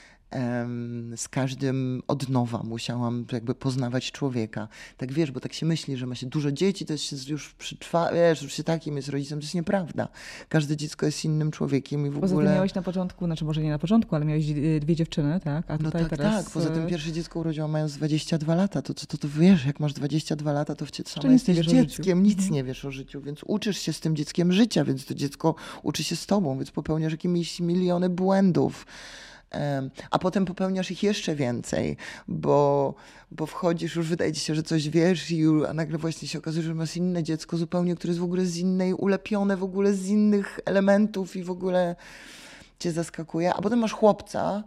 Em, Z każdym od nowa musiałam jakby poznawać człowieka. Tak wiesz, bo tak się myśli, że ma się dużo dzieci, to jest się już przytrwa, wiesz, już się takim jest rodzicem, to jest nieprawda. Każde dziecko jest innym człowiekiem i w Poza tym ogóle... miałeś na początku, znaczy może nie na początku, ale miałeś e, dwie dziewczyny, tak? A No tutaj tak, teraz... tak. Poza tym e, pierwsze dziecko urodziłam mając dwadzieścia dwa lata. To co to, to wiesz, jak masz dwadzieścia dwa lata, to wtedy sama nic nie jesteś wiesz o życiu. dzieckiem, nic Mhm. nie wiesz o życiu, więc uczysz się z tym dzieckiem życia, więc to dziecko uczy się z tobą, więc popełniasz jakieś miliony błędów. Em, A potem popełniasz ich jeszcze więcej, bo, bo wchodzisz, już wydaje ci się, że coś wiesz, i, ju- a nagle właśnie się okazuje, że masz inne dziecko zupełnie, które jest w ogóle z innej, ulepione w ogóle z innych elementów i w ogóle cię zaskakuje. A potem masz chłopca,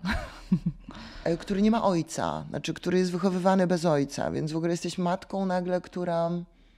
e, który nie ma ojca, znaczy, który jest wychowywany bez ojca, więc w ogóle jesteś matką nagle, która,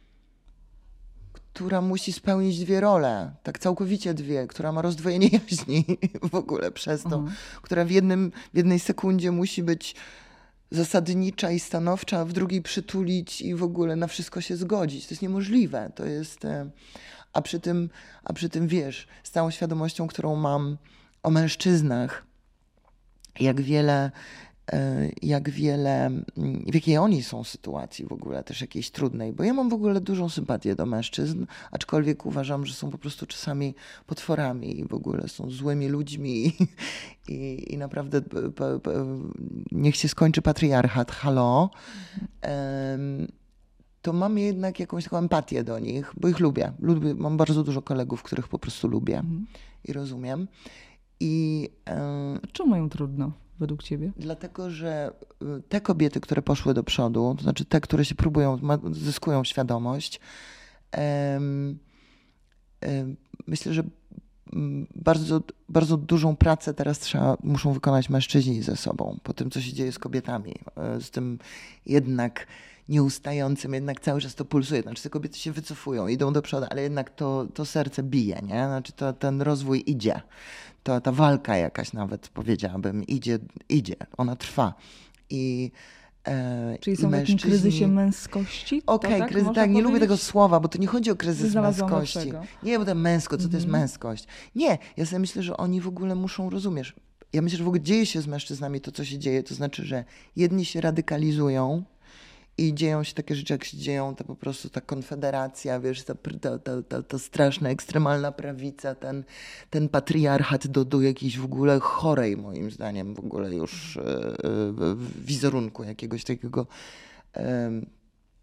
która musi spełnić dwie role, tak całkowicie dwie, która ma rozdwojenie jaźni w ogóle przez to, Mhm. która w, jednym, w jednej sekundzie musi być zasadnicza i stanowcza, a w drugiej przytulić i w ogóle na wszystko się zgodzić. To jest niemożliwe. To jest, e, a przy tym, a przy tym wiesz, z całą świadomością, którą mam o mężczyznach, jak wiele, e, jak wiele, mm, w jakiej oni są sytuacji w ogóle, też jakiejś trudnej, bo ja mam w ogóle dużą sympatię do mężczyzn, aczkolwiek uważam, że są po prostu czasami potworami i w ogóle są złymi ludźmi i, i, i naprawdę p, p, p, niech się skończy patriarchat, halo. Em, to mam jednak jakąś taką empatię do nich, bo ich lubię. lubię. Mam bardzo dużo kolegów, których po prostu lubię Mhm. i rozumiem. I em, A czemu mają trudno według ciebie? dlatego, że y, te kobiety, które poszły do przodu, to znaczy te, które się próbują, ma, zyskują świadomość, em, em, myślę, że mm, bardzo, bardzo dużą pracę teraz trzeba, muszą wykonać mężczyźni ze sobą, po tym, co się dzieje z kobietami, e, z tym jednak nieustającym, jednak cały czas to pulsuje. Znaczy te kobiety się wycofują, idą do przodu, ale jednak to, to serce bije, nie? Znaczy to, ten rozwój idzie. To, ta walka jakaś nawet, powiedziałabym, idzie, idzie. Ona trwa. I, e, Czyli i są w takim mężczyźni- kryzysie męskości? To Okej, tak, kryzys, można tak, nie lubię tego powiedzieć? słowa, bo to nie chodzi o kryzys Nie znalazłam męskości. lepszego. Nie, bo to męsko, co to jest Mhm. męskość? Nie, ja sobie myślę, że oni w ogóle muszą, rozumiesz, ja myślę, że w ogóle dzieje się z mężczyznami to, co się dzieje, to znaczy, że jedni się radykalizują i dzieją się takie rzeczy, jak się dzieją, to po prostu ta konfederacja, wiesz, ta, ta, ta, ta, ta straszna, ekstremalna prawica, ten, ten patriarchat do, do jakiejś w ogóle chorej, moim zdaniem, w ogóle już e, e, wizerunku jakiegoś takiego em,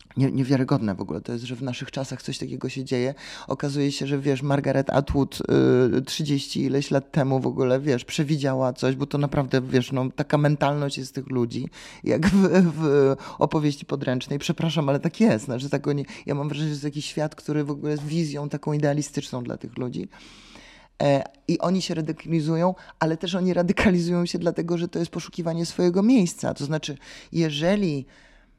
Nie, niewiarygodne w ogóle to jest, że w naszych czasach coś takiego się dzieje. Okazuje się, że wiesz, Margaret Atwood y, trzydzieści ileś lat temu w ogóle, wiesz, przewidziała coś, bo to naprawdę, wiesz, no, taka mentalność jest tych ludzi, jak w, w opowieści podręcznej. Przepraszam, ale tak jest. Znaczy, tak oni, ja mam wrażenie, że jest jakiś świat, który w ogóle jest wizją taką idealistyczną dla tych ludzi. E, I oni się radykalizują, ale też oni radykalizują się dlatego, że to jest poszukiwanie swojego miejsca. To znaczy, jeżeli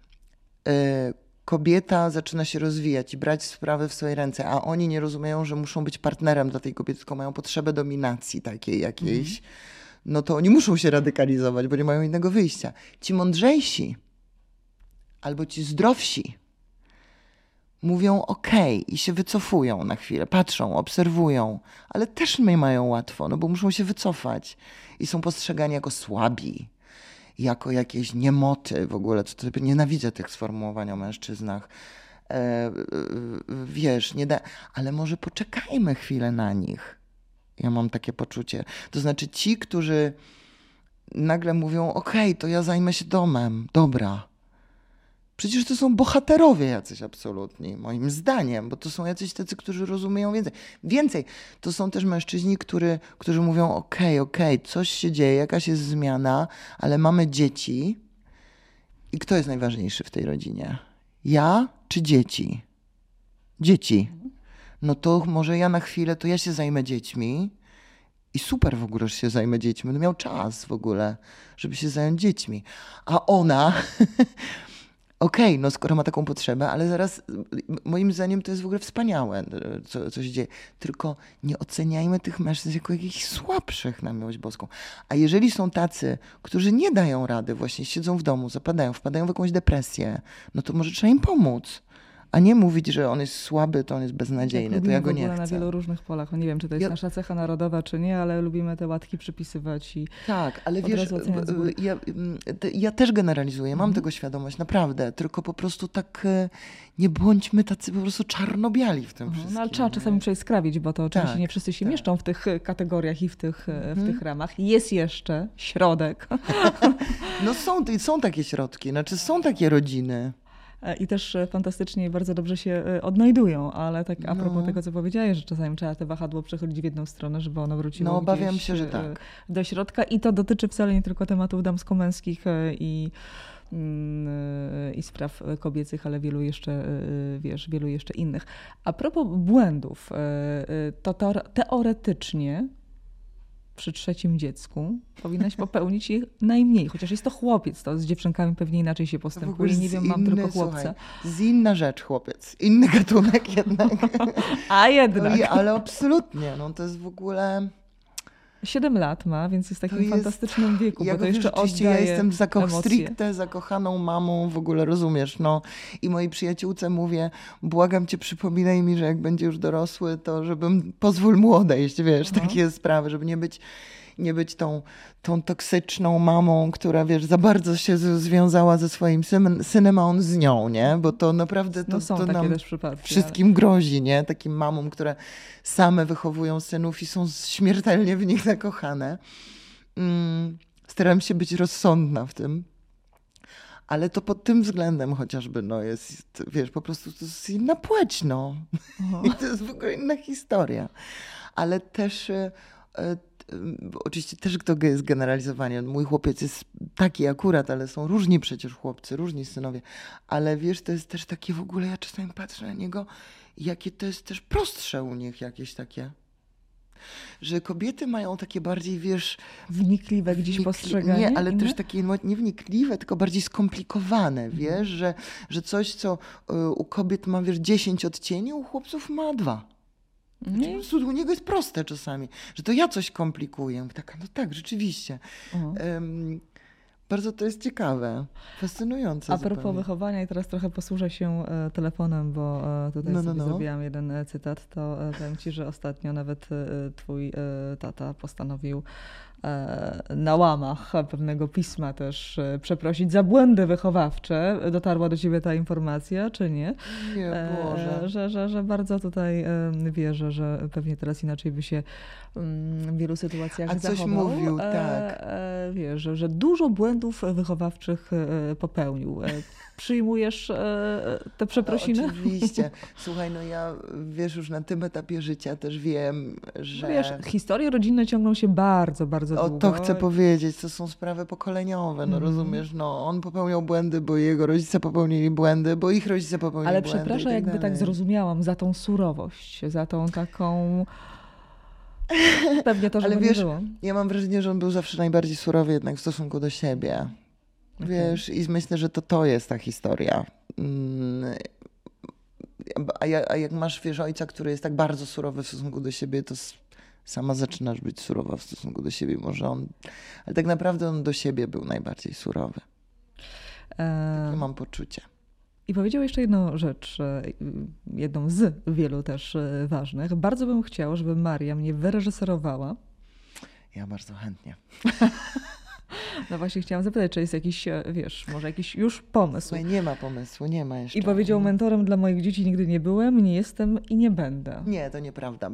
y, kobieta zaczyna się rozwijać i brać sprawy w swoje ręce, a oni nie rozumieją, że muszą być partnerem dla tej kobiety, tylko mają potrzebę dominacji takiej jakiejś, mm. no to oni muszą się radykalizować, bo nie mają innego wyjścia. Ci mądrzejsi albo ci zdrowsi mówią okej i się wycofują na chwilę, patrzą, obserwują, ale też nie mają łatwo, no bo muszą się wycofać i są postrzegani jako słabi, jako jakieś niemoty w ogóle, co to, nienawidzę tych sformułowań o mężczyznach. E, wiesz, nie da, ale może poczekajmy chwilę na nich. Ja mam takie poczucie. To znaczy ci, którzy nagle mówią, okej, to ja zajmę się domem, dobra. Przecież to są bohaterowie jacyś absolutni, moim zdaniem, bo to są jacyś tacy, którzy rozumieją więcej. Więcej, to są też mężczyźni, który, którzy mówią, okej, okej, coś się dzieje, jakaś jest zmiana, ale mamy dzieci. I kto jest najważniejszy w tej rodzinie? Ja czy dzieci? Dzieci. No to może ja na chwilę, to ja się zajmę dziećmi. I super w ogóle, że się zajmę dziećmi. Będę miał czas w ogóle, żeby się zająć dziećmi. A ona... Okej, okay, no skoro ma taką potrzebę, ale zaraz moim zdaniem to jest w ogóle wspaniałe, co, co się dzieje. Tylko nie oceniajmy tych mężczyzn jako jakichś słabszych na miłość boską. A jeżeli są tacy, którzy nie dają rady, właśnie siedzą w domu, zapadają, wpadają w jakąś depresję, no to może trzeba im pomóc. A nie mówić, że on jest słaby, to on jest beznadziejny, tak, to ja go nie chcę. chcę. Na wielu różnych polach. Nie wiem, czy to jest ja... nasza cecha narodowa, czy nie, ale lubimy te łatki przypisywać i tak, ale wiesz, ja, ja też generalizuję, mam mhm. tego świadomość, naprawdę, tylko po prostu tak nie bądźmy tacy po prostu czarno-biali w tym mhm. wszystkim. No ale trzeba czasami przejskrawić, bo to oczywiście tak, nie wszyscy się tak. mieszczą w tych kategoriach i w tych, mhm. w tych ramach. Jest jeszcze środek. No są, są takie środki, znaczy są takie rodziny. I też fantastycznie i bardzo dobrze się odnajdują, ale tak a propos no. tego, co powiedziałeś, że czasami trzeba te wahadło przechodzić w jedną stronę, żeby ono wróciło no, obawiam gdzieś się, że tak. do środka. I to dotyczy wcale nie tylko tematów damsko-męskich i, i spraw kobiecych, ale wielu jeszcze, wiesz, wielu jeszcze innych. A propos błędów, to teoretycznie przy trzecim dziecku powinnaś popełnić ich najmniej. Chociaż jest to chłopiec, to z dziewczynkami pewnie inaczej się postępuje. Nie wiem, mam inny, tylko chłopca. Słuchaj, z inna rzecz chłopiec. Inny gatunek jednak. A jednak. No, ale absolutnie. No, to jest w ogóle... Siedem lat ma, więc jest w takim jest, fantastycznym wieku, ja bo to jeszcze oddaje ja jestem zako- emocje. stricte zakochaną mamą, w ogóle rozumiesz, no. I mojej przyjaciółce mówię, błagam cię, przypominaj mi, że jak będzie już dorosły, to żebym pozwól mu odejść, wiesz, Aha. takie sprawy, żeby nie być, nie być tą, tą toksyczną mamą, która, wiesz, za bardzo się z- związała ze swoim synem, synem, a on z nią, nie? Bo to naprawdę to, no są to takie nam też przypadki, wszystkim ale... grozi, nie? Takim mamom, które same wychowują synów i są śmiertelnie w nich zakochane. Mm, staram się być rozsądna w tym. Ale to pod tym względem chociażby, no jest, wiesz, po prostu to jest inna płeć, no. I to jest w ogóle inna historia. Ale też... Y, y, Oczywiście też to jest generalizowanie. Mój chłopiec jest taki akurat, ale są różni przecież chłopcy, różni synowie. Ale wiesz, to jest też takie w ogóle, ja czasami patrzę na niego, jakie to jest też prostsze u nich jakieś takie. Że kobiety mają takie bardziej, wiesz... Wnikliwe gdzieś wnikli... postrzeganie? Nie, ale inne? też takie nie wnikliwe, tylko bardziej skomplikowane, wiesz, mhm. że, że coś, co u kobiet ma, wiesz, dziesięć odcieni, u chłopców ma dwa. Znaczy, po prostu u niego jest proste czasami, że to ja coś komplikuję. Taka, no tak, rzeczywiście. Um, bardzo to jest ciekawe, fascynujące. A propos zupełnie. wychowania, i teraz trochę posłużę się e, telefonem, bo e, tutaj no, sobie no, no. zrobiłam jeden e, cytat, to e, powiem ci, że ostatnio nawet e, twój e, tata postanowił na łamach pewnego pisma też przeprosić za błędy wychowawcze. Dotarła do ciebie ta informacja, czy nie? Nie, Boże. Że, że, że bardzo tutaj wierzę, że pewnie teraz inaczej by się w wielu sytuacjach A coś zachował. mówił, tak. Wierzę, że dużo błędów wychowawczych popełnił. Przyjmujesz te przeprosiny? No, oczywiście. Słuchaj, no ja, wiesz, już na tym etapie życia też wiem, że... No wiesz, historie rodzinne ciągną się bardzo, bardzo o, długo. to chcę powiedzieć, to są sprawy pokoleniowe, no Mhm. rozumiesz, no on popełniał błędy, bo jego rodzice popełnili błędy, bo ich rodzice popełnili Ale błędy. przepraszam, i tak jakby dalej. tak zrozumiałam, za tą surowość, za tą taką... Pewnie to, żeby Ale nie wiesz, było. ja mam wrażenie, że on był zawsze najbardziej surowy jednak w stosunku do siebie. Okay. Wiesz, i myślę, że to to jest ta historia. A, ja, a jak masz, wiesz, ojca, który jest tak bardzo surowy w stosunku do siebie, to sama zaczynasz być surowa w stosunku do siebie. Może on, ale tak naprawdę on do siebie był najbardziej surowy. Takie mam poczucie. I powiedział jeszcze jedną rzecz, jedną z wielu też ważnych. Bardzo bym chciała, żeby Maria mnie wyreżyserowała. Ja bardzo chętnie. No właśnie chciałam zapytać, czy jest jakiś, wiesz, może jakiś już pomysł. Słuchaj, nie ma pomysłu, nie ma jeszcze. I powiedział, mentorem dla moich dzieci nigdy nie byłem, nie jestem i nie będę. Nie, to nieprawda.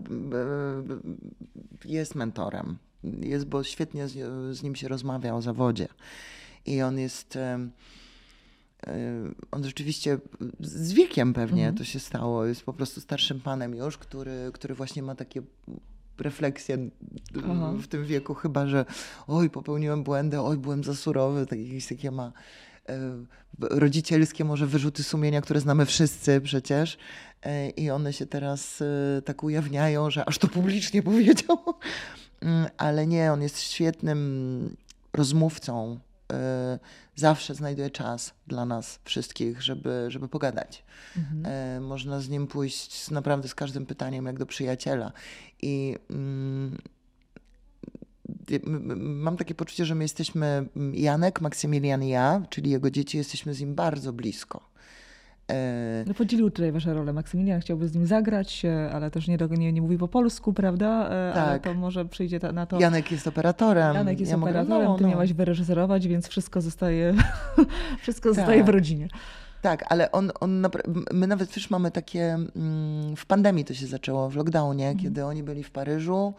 Jest mentorem. Jest, bo świetnie z, z nim się rozmawia o zawodzie. I on jest... On rzeczywiście z wiekiem pewnie mhm. to się stało. Jest po prostu starszym panem już, który, który właśnie ma takie refleksje Aha. w tym wieku, chyba że oj, popełniłem błędy, oj, byłem za surowy. Tak, jakieś takie ma e, rodzicielskie może wyrzuty sumienia, które znamy wszyscy przecież. E, I one się teraz e, tak ujawniają, że aż to publicznie powiedział. Ale nie, on jest świetnym rozmówcą. Zawsze znajduje czas dla nas wszystkich, żeby, żeby pogadać. Mhm. Można z nim pójść z, naprawdę z każdym pytaniem, jak do przyjaciela. I mm, mam takie poczucie, że my jesteśmy, Janek, Maksymilian i ja, czyli jego dzieci, jesteśmy z nim bardzo blisko. No podzielił tutaj wasze role. Maksymilian chciałby z nim zagrać, ale też nie, nie, nie mówi po polsku, prawda? Tak. Ale to może przyjdzie na to... Janek jest operatorem. Janek jest ja operatorem, mogę... no, ty no. miałaś wyreżyserować, więc wszystko zostaje, wszystko tak. zostaje w rodzinie. Tak, ale on, on my nawet też mamy takie, w pandemii to się zaczęło, w lockdownie, mhm. kiedy oni byli w Paryżu.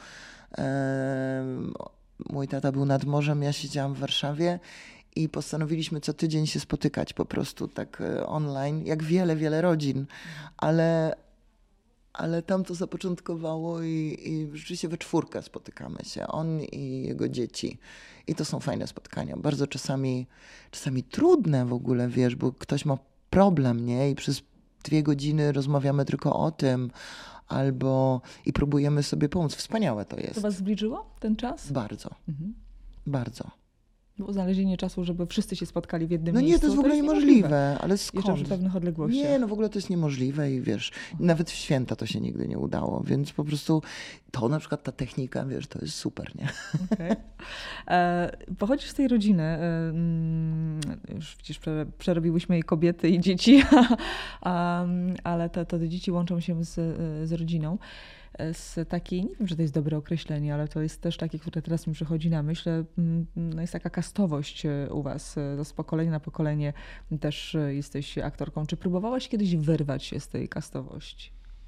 Mój tata był nad morzem, ja siedziałam w Warszawie. I postanowiliśmy co tydzień się spotykać po prostu tak online, jak wiele, wiele rodzin. Ale, ale tam to zapoczątkowało i, i rzeczywiście we czwórkę spotykamy się, on i jego dzieci. I to są fajne spotkania. Bardzo czasami, czasami trudne w ogóle, wiesz, bo ktoś ma problem, nie? I przez dwie godziny rozmawiamy tylko o tym, albo i próbujemy sobie pomóc. Wspaniałe to jest. To was zbliżyło ten czas? Bardzo, mhm. bardzo. Bo znalezienie czasu, żeby wszyscy się spotkali w jednym no miejscu. No nie, to jest w ogóle to jest niemożliwe. niemożliwe. Ale skąd? Jeszcze przy pewnych odległościach. Nie, no w ogóle to jest niemożliwe i wiesz, nawet w święta to się nigdy nie udało, więc po prostu to na przykład ta technika, wiesz, to jest super, nie? Okay. E, pochodzisz z tej rodziny, e, już widzisz, przerobiłyśmy jej kobiety i dzieci, a, ale te, te dzieci łączą się z, z rodziną. Z takiej, nie wiem, że to jest dobre określenie, ale to jest też takie, które teraz mi przychodzi na myśl, no jest taka kastowość u was, z pokolenia na pokolenie też jesteś aktorką. Czy próbowałaś kiedyś wyrwać się z tej kastowości?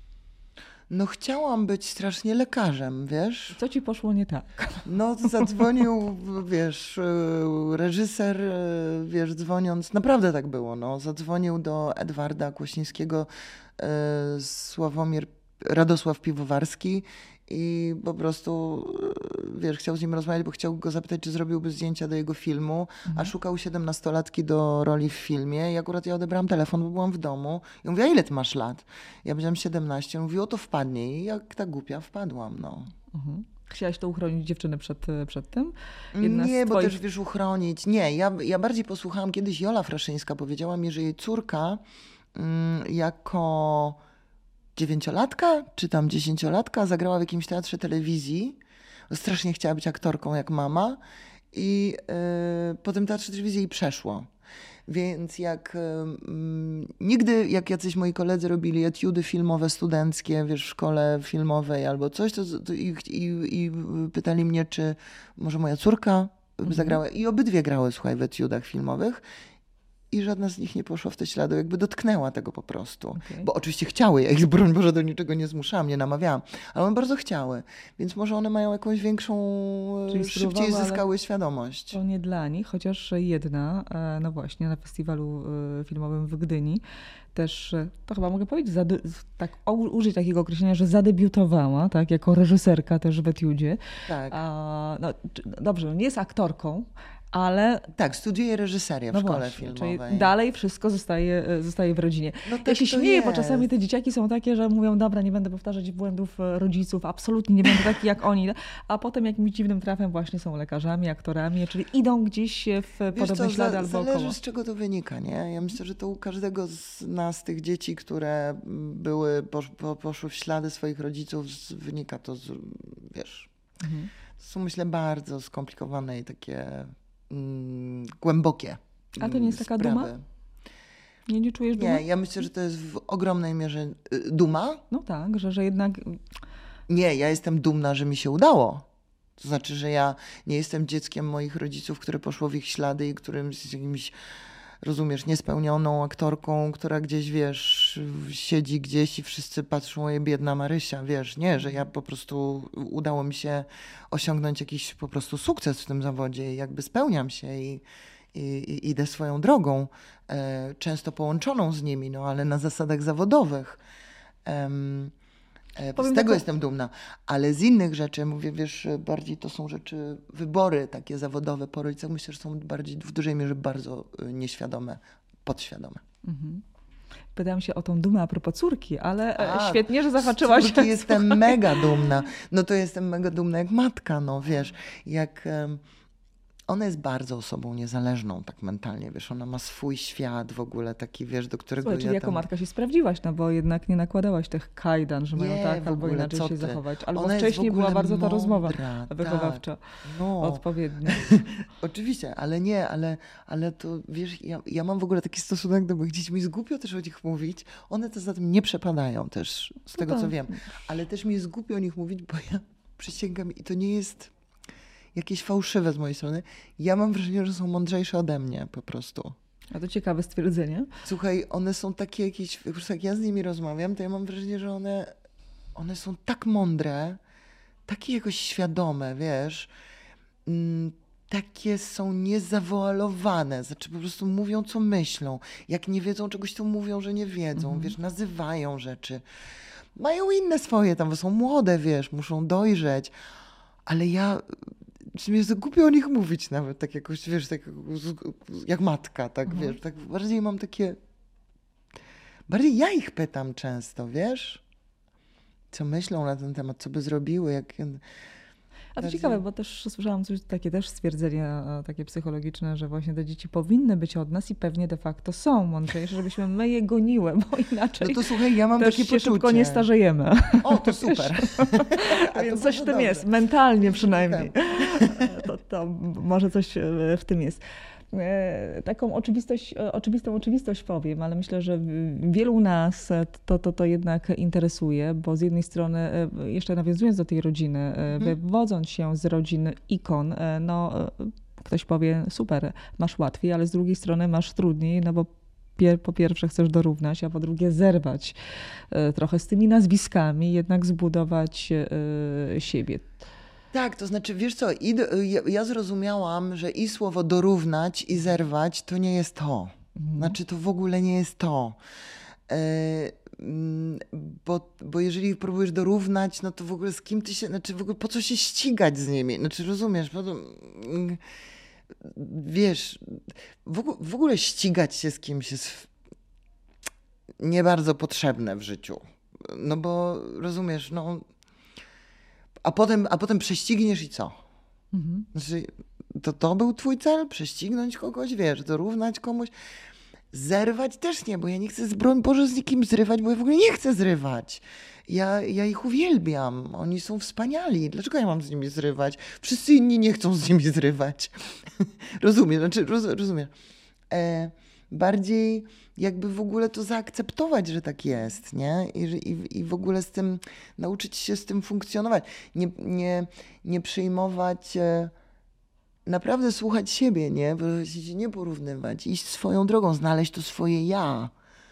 No chciałam być strasznie lekarzem, wiesz? Co ci poszło nie tak? No zadzwonił, wiesz, reżyser, wiesz, dzwoniąc, naprawdę tak było, no, zadzwonił do Edwarda Kłosińskiego, Sławomir Radosław Piwowarski i po prostu, wiesz, chciał z nim rozmawiać, bo chciał go zapytać, czy zrobiłby zdjęcia do jego filmu, mhm. a szukał siedemnastolatki do roli w filmie i akurat ja odebrałam telefon, bo byłam w domu i mówię, a ile ty masz lat? Ja powiedziałam siedemnaście, on mówi, o to wpadnie i jak ta głupia wpadłam, no. Mhm. Chciałaś to uchronić dziewczynę przed, przed tym? Jedna nie, bo twoich... też wiesz, uchronić. Nie, ja, ja bardziej posłuchałam, kiedyś Jola Fraszyńska powiedziała mi, że jej córka mm, jako dziewięciolatka, czy tam dziesięciolatka zagrała w jakimś teatrze telewizji. Strasznie chciała być aktorką jak mama i yy, po tym teatrze telewizji jej przeszło. Więc jak um, nigdy, jak jacyś moi koledzy robili etiudy filmowe, studenckie, wiesz, w szkole filmowej albo coś, to, to i, i, i pytali mnie, czy może moja córka mhm. zagrała. I obydwie grały, słuchaj, w etiudach filmowych. I żadna z nich nie poszła w te ślady, jakby dotknęła tego po prostu. Okay. Bo oczywiście chciały, ja ich, broń Boże, do niczego nie zmuszałam, nie namawiałam, ale one bardzo chciały. Więc może one mają jakąś większą, czyli szybciej zyskały świadomość. To nie dla nich, chociaż jedna, no właśnie, na festiwalu filmowym w Gdyni też, to chyba mogę powiedzieć, zade- tak, użyć takiego określenia, że zadebiutowała, tak, jako reżyserka też w etiudzie. Tak. A, no, dobrze, nie jest aktorką, ale... Tak, studiuje reżyserię w no szkole właśnie, filmowej. Czyli dalej wszystko zostaje, zostaje w rodzinie. No tak ja się śmieję, jest. Bo czasami te dzieciaki są takie, że mówią, dobra, nie będę powtarzać błędów rodziców, absolutnie nie będę taki jak oni. A potem jakimś dziwnym trafem właśnie są lekarzami, aktorami, czyli idą gdzieś w Wiesz podobne co, ślady za, albo zależy około. z czego to wynika, nie? Ja myślę, że to u każdego z nas, tych dzieci, które były, posz, poszły w ślady swoich rodziców, wynika to z, wiesz, mhm. to są myślę bardzo skomplikowane i takie mm, głębokie A to nie jest taka sprawy. Duma? Nie, nie czujesz dumy? Nie, ja myślę, że to jest w ogromnej mierze y, duma. No tak, że, że jednak... Nie, ja jestem dumna, że mi się udało. To znaczy, że ja nie jestem dzieckiem moich rodziców, które poszło w ich ślady i którym z jakimś, rozumiesz, niespełnioną aktorką, która gdzieś, wiesz, siedzi gdzieś i wszyscy patrzą, oj, biedna Marysia, wiesz. Nie, że ja po prostu udało mi się osiągnąć jakiś po prostu sukces w tym zawodzie i jakby spełniam się i, i, i idę swoją drogą, e, często połączoną z nimi, no ale na zasadach zawodowych. Um, Z tego jestem dumna, ale z innych rzeczy, mówię, wiesz, bardziej to są rzeczy, wybory takie zawodowe po rodzicach, myślę, że są bardziej w dużej mierze bardzo nieświadome, podświadome. Mhm. Pytałam się o tą dumę a propos córki, ale a, świetnie, że zahaczyłaś. Z córki jestem mega dumna. No to jestem mega dumna jak matka, no wiesz, jak... Um, ona jest bardzo osobą niezależną tak mentalnie, wiesz, ona ma swój świat w ogóle taki, wiesz, do którego Słuchaj, ja czyli jako tam... matka się sprawdziłaś, no bo jednak nie nakładałaś tych kajdan, że nie, mają tak albo ogóle, inaczej się ty? zachować. Albo ona wcześniej była bardzo mądra, ta rozmowa wychowawcza, tak, no. odpowiednia. Oczywiście, ale nie, ale, ale to wiesz, ja, ja mam w ogóle taki stosunek do moich dzieci, mi jest głupio też o nich mówić, one to za tym nie przepadają też, z tego no co wiem, ale też mi jest głupio o nich mówić, bo ja przysięgam i to nie jest... jakieś fałszywe z mojej strony. Ja mam wrażenie, że są mądrzejsze ode mnie po prostu. A to ciekawe stwierdzenie. Słuchaj, one są takie jakieś, jak ja z nimi rozmawiam, to ja mam wrażenie, że one, one są tak mądre, takie jakoś świadome, wiesz, mm, takie są niezawoalowane, znaczy po prostu mówią, co myślą. Jak nie wiedzą czegoś, to mówią, że nie wiedzą, mhm. wiesz, nazywają rzeczy. Mają inne swoje tam, bo są młode, wiesz, muszą dojrzeć, ale ja... mi jest głupio o nich mówić nawet, tak jakoś, wiesz, tak jak matka, tak, mhm. wiesz, tak bardziej mam takie, bardziej ja ich pytam często, wiesz, co myślą na ten temat, co by zrobiły, jak... A to bardziej... ciekawe, bo też słyszałam coś, takie też stwierdzenia takie psychologiczne, że właśnie te dzieci powinny być od nas i pewnie de facto są mądrzejsze, żebyśmy my je goniły, bo inaczej no to słuchaj, ja mam też takie się poczucie. szybko nie starzejemy. O, to super. Więc coś w tym jest, mentalnie przynajmniej. to, to może coś w tym jest. Taką oczywistość, oczywistą oczywistość powiem, ale myślę, że wielu nas to, to, to jednak interesuje, bo z jednej strony, jeszcze nawiązując do tej rodziny, mhm. wywodząc się z rodzin ikon, no ktoś powie super, masz łatwiej, ale z drugiej strony masz trudniej, no bo pier, po pierwsze chcesz dorównać, a po drugie zerwać trochę z tymi nazwiskami, jednak zbudować siebie. Tak, to znaczy, wiesz co, i, ja, ja zrozumiałam, że i słowo dorównać i zerwać to nie jest to. Mhm. Znaczy to w ogóle nie jest to. E, bo, bo jeżeli próbujesz dorównać, no to w ogóle z kim ty się, znaczy w ogóle po co się ścigać z nimi? Znaczy rozumiesz, po to, wiesz, w ogóle, w ogóle ścigać się z kimś jest nie bardzo potrzebne w życiu. No bo rozumiesz, no A potem, a potem prześcigniesz i co? Mhm. Znaczy, to to był twój cel? Prześcignąć kogoś, wiesz, dorównać komuś? Zerwać też nie, bo ja nie chcę, broń Boże, z nikim zrywać, bo ja w ogóle nie chcę zrywać. Ja, ja ich uwielbiam, oni są wspaniali. Dlaczego ja mam z nimi zrywać? Wszyscy inni nie chcą z nimi zrywać. Rozumiesz, znaczy, roz, rozumiesz. E, bardziej jakby w ogóle to zaakceptować, że tak jest, nie? I, i, i w ogóle z tym, nauczyć się z tym funkcjonować. Nie, nie, nie przyjmować, e, naprawdę słuchać siebie, nie? Bo się nie porównywać, iść swoją drogą, znaleźć to swoje ja.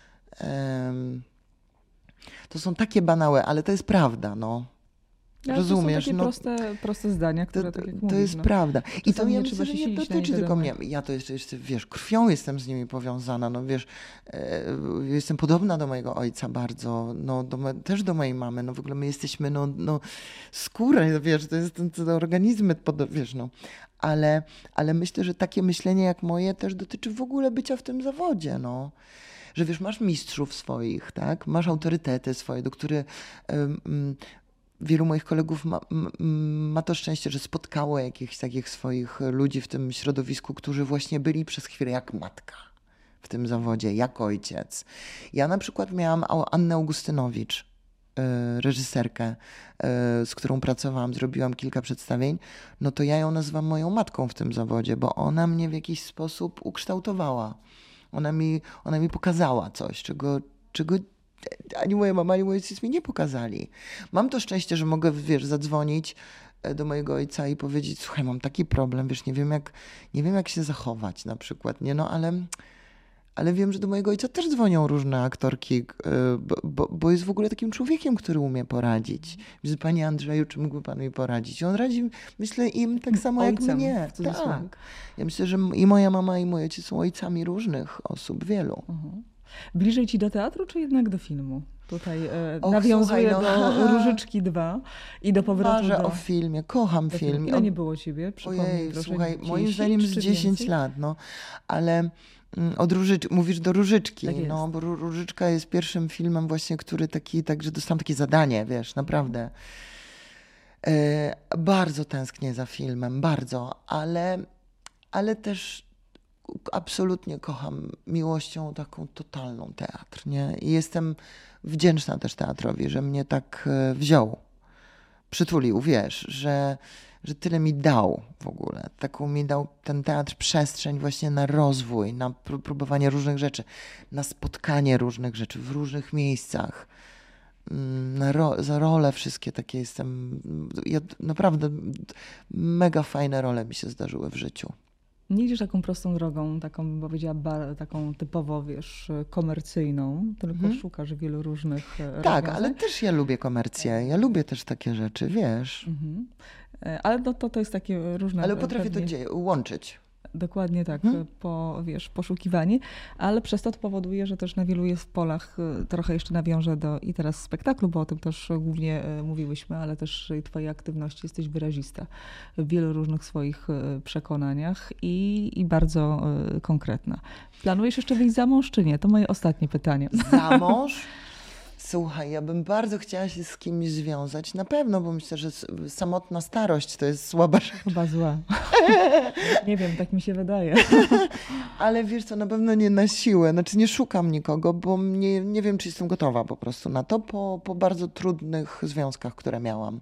Em, to są takie banały, ale to jest prawda, no. Ale Rozumiesz? To są takie no, proste, proste zdania, które to, tak jak to mówisz, jest no. prawda. I to Czasami ja nie myślę, trzeba że się nie silić na dotyczy tylko mnie. niewiadome. Ja to jeszcze, jeszcze, wiesz, krwią jestem z nimi powiązana, no wiesz, e, jestem podobna do mojego ojca bardzo, no do me, też do mojej mamy, no w ogóle my jesteśmy, no, no skóra, wiesz, to jest ten, ten organizmy, pod, wiesz, no. Ale, ale myślę, że takie myślenie jak moje też dotyczy w ogóle bycia w tym zawodzie, no. Że wiesz, masz mistrzów swoich, tak? Masz autorytety swoje, do których um, wielu moich kolegów ma, ma to szczęście, że spotkało jakichś takich swoich ludzi w tym środowisku, którzy właśnie byli przez chwilę jak matka w tym zawodzie, jak ojciec. Ja na przykład miałam Annę Augustynowicz, reżyserkę, z którą pracowałam, zrobiłam kilka przedstawień, no to ja ją nazywam moją matką w tym zawodzie, bo ona mnie w jakiś sposób ukształtowała. Ona mi, ona mi pokazała coś, czego, czego ani moja mama, ani moi ojciec mi nie pokazali. Mam to szczęście, że mogę, wiesz, zadzwonić do mojego ojca i powiedzieć, słuchaj, mam taki problem, wiesz, nie wiem jak, nie wiem jak się zachować na przykład, nie, no ale, ale wiem, że do mojego ojca też dzwonią różne aktorki, bo, bo, bo jest w ogóle takim człowiekiem, który umie poradzić. Że panie Andrzeju, czy mógłby pan mi poradzić? I on radzi, myślę, im tak samo Ojcem, jak mnie. Tak. Ja myślę, że i moja mama, i mój ojciec są ojcami różnych osób, wielu. Uh-huh. Bliżej ci do teatru, czy jednak do filmu? Tutaj e, Och, nawiązuję słuchaj, no. do Różyczki dwa i do powrotu Marzę do... o filmie, kocham do film. Ile nie było ciebie? Przypomnij, Ojej, proszę, słuchaj, moim dziesięć zdaniem z czy dziesięć więcej? lat, no. Ale mm, od Różycz, mówisz do Różyczki, Tak jest. no, bo Ró- Różyczka jest pierwszym filmem właśnie, który taki, także dostałam takie zadanie, wiesz, naprawdę. E, bardzo tęsknię za filmem, bardzo, ale, ale też absolutnie kocham miłością taką totalną teatr, nie? I jestem wdzięczna też teatrowi, że mnie tak e, wziął, przytulił, wiesz, że, że tyle mi dał w ogóle. Taką mi dał ten teatr przestrzeń właśnie na rozwój, na pró- próbowanie różnych rzeczy, na spotkanie różnych rzeczy w różnych miejscach. Mm, Na ro- za role wszystkie takie jestem, ja naprawdę mega fajne role mi się zdarzyły w życiu. Nie idziesz taką prostą drogą, taką, bym powiedziała, bar, taką typowo, wiesz, komercyjną, tylko Mhm. szukasz wielu różnych e, Tak, rozwiązań. ale też ja lubię komercję, ja lubię też takie rzeczy, wiesz. Mhm. E, Ale no, to, to jest takie różne... Ale e, potrafię to pewnie- dzie- łączyć. Dokładnie tak, Mhm. po, wiesz, poszukiwanie, ale przez to to powoduje, że też na wielu jest polach, y, trochę jeszcze nawiążę do i teraz spektaklu, bo o tym też głównie y, mówiłyśmy, ale też i twojej aktywności jesteś wyrazista w wielu różnych swoich y, przekonaniach i, i bardzo y, konkretna. Planujesz jeszcze wyjść za mąż, czy nie? To moje ostatnie pytanie. Za mąż? Słuchaj, ja bym bardzo chciała się z kimś związać. Na pewno, bo myślę, że s- samotna starość to jest słaba rzecz. Chyba zła. Nie wiem, tak mi się wydaje. Ale wiesz co, na pewno nie na siłę. Znaczy nie szukam nikogo, bo nie, nie wiem, czy jestem gotowa po prostu na to po, po bardzo trudnych związkach, które miałam.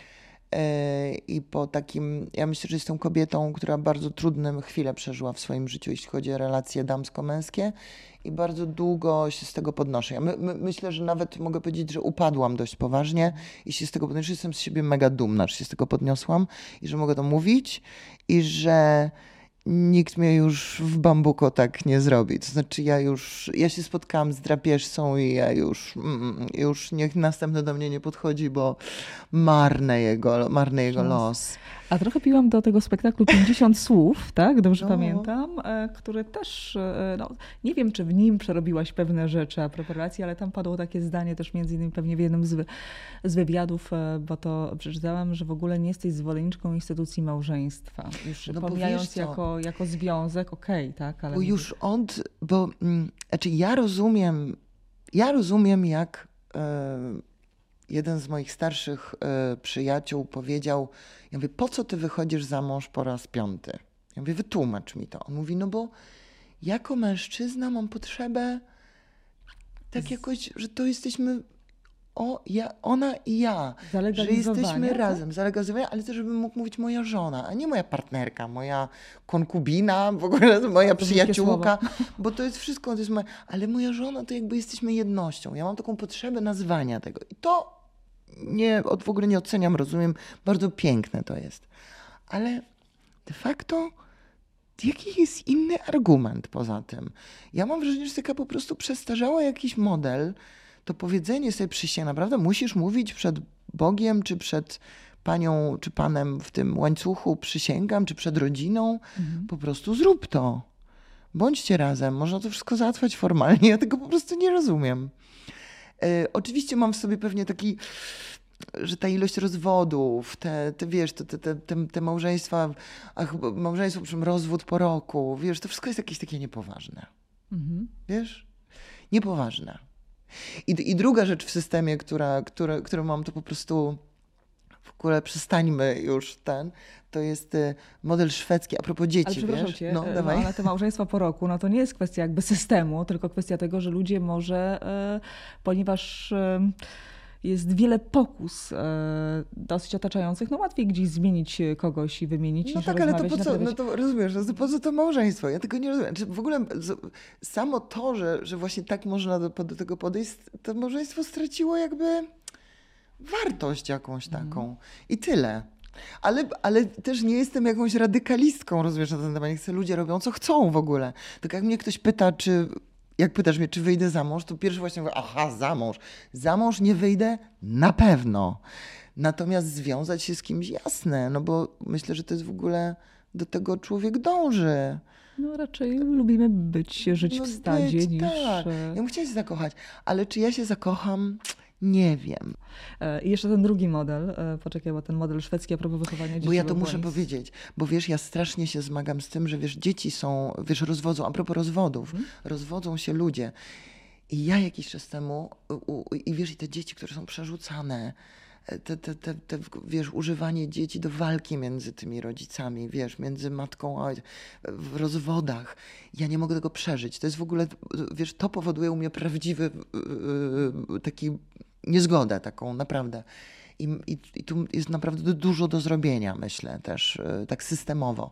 Yy, I po takim, ja myślę, że jestem kobietą, która bardzo trudne chwile przeżyła w swoim życiu, jeśli chodzi o relacje damsko-męskie i bardzo długo się z tego podnoszę. Ja my, my, myślę, że nawet mogę powiedzieć, że upadłam dość poważnie i się z tego podnoszę. Jestem z siebie mega dumna, że się z tego podniosłam i że mogę to mówić i że nikt mnie już w bambuko tak nie zrobi. To znaczy ja już, ja się spotkałam z drapieżcą i ja już, mm, już niech następny do mnie nie podchodzi, bo marny jego, marny jego Szans. los. A trochę piłam do tego spektaklu pięćdziesiąt słów, tak? Dobrze No. pamiętam, e, który też, e, no, nie wiem, czy w nim przerobiłaś pewne rzeczy a propos relacji, ale tam padło takie zdanie też między innymi pewnie w jednym z, wy- z wywiadów, e, bo to przeczytałam, że w ogóle nie jesteś zwolenniczką instytucji małżeństwa. Już No bo pomijając wiesz co? jako, jako związek, okej, tak? Ale Bo mówię- już od, bo mm, znaczy ja rozumiem, ja rozumiem jak e, jeden z moich starszych e, przyjaciół powiedział, ja mówię, po co ty wychodzisz za mąż po raz piąty? Ja mówię, wytłumacz mi to. On mówi, no bo jako mężczyzna mam potrzebę tak jakoś, że to jesteśmy o, ja, ona i ja, że jesteśmy tak? razem, zalegalizowania, ale też, żebym mógł mówić moja żona, a nie moja partnerka, moja konkubina, w ogóle moja przyjaciółka, bo to jest wszystko, to jest moja, ale moja żona to jakby jesteśmy jednością. Ja mam taką potrzebę nazwania tego i to nie, w ogóle nie oceniam, rozumiem, bardzo piękne to jest. Ale de facto jaki jest inny argument poza tym? Ja mam wrażenie, że taka po prostu przestarzała jakiś model, to powiedzenie sobie przysięgam, naprawdę musisz mówić przed Bogiem, czy przed panią, czy panem w tym łańcuchu przysięgam, czy przed rodziną, mhm. po prostu zrób to. Bądźcie razem, można to wszystko załatwiać formalnie, ja tego po prostu nie rozumiem. E, oczywiście mam w sobie pewnie taki, że ta ilość rozwodów, te, te wiesz, te, te, te, te małżeństwa, ach, małżeństwo, przy czym rozwód po roku, wiesz, to wszystko jest jakieś takie niepoważne. Mhm. Wiesz? Niepoważne. I, I druga rzecz w systemie, która, która, którą mam, to po prostu w ogóle przestańmy już ten, to jest model szwedzki, a propos dzieci, ale przepraszam wiesz? Cię, no, no, dawaj. ale te małżeństwa po roku, no to nie jest kwestia jakby systemu, tylko kwestia tego, że ludzie może, e, ponieważ e, jest wiele pokus e, dosyć otaczających, no łatwiej gdzieś zmienić kogoś i wymienić, no niż tak, ale to po co, naprawiać. no to rozumiesz, no to po co to małżeństwo? Ja tego nie rozumiem. Czy w ogóle samo to, że, że właśnie tak można do, do tego podejść, to małżeństwo straciło jakby wartość jakąś taką. Mm. I tyle. Ale, ale też nie jestem jakąś radykalistką, rozumiesz, na ten temat. Nie chcę, ludzie robią co chcą w ogóle. Tak jak mnie ktoś pyta, czy jak pytasz mnie, czy wyjdę za mąż, to pierwszy właśnie mówię, aha, za mąż. Za mąż nie wyjdę? Na pewno. Natomiast związać się z kimś, jasne, no bo myślę, że to jest w ogóle, do tego człowiek dąży. No raczej lubimy być, żyć no, w stadzie być, niż... Tak, ja bym chciała się zakochać, ale czy ja się zakocham? Nie wiem. I jeszcze ten drugi model, poczekaj, bo ten model szwedzki a propos wychowania dzieci. Bo ja to muszę powiedzieć, bo wiesz, ja strasznie się zmagam z tym, że wiesz, dzieci są, wiesz, rozwodzą, a propos rozwodów, hmm? rozwodzą się ludzie. I ja jakiś czas temu, u, u, i wiesz, i te dzieci, które są przerzucane, te, te, te, te, wiesz, używanie dzieci do walki między tymi rodzicami, wiesz, między matką a w rozwodach. Ja nie mogę tego przeżyć. To jest w ogóle, wiesz, to powoduje u mnie prawdziwy yy, taki niezgodę taką, naprawdę. I, i, I tu jest naprawdę dużo do zrobienia, myślę, też tak systemowo.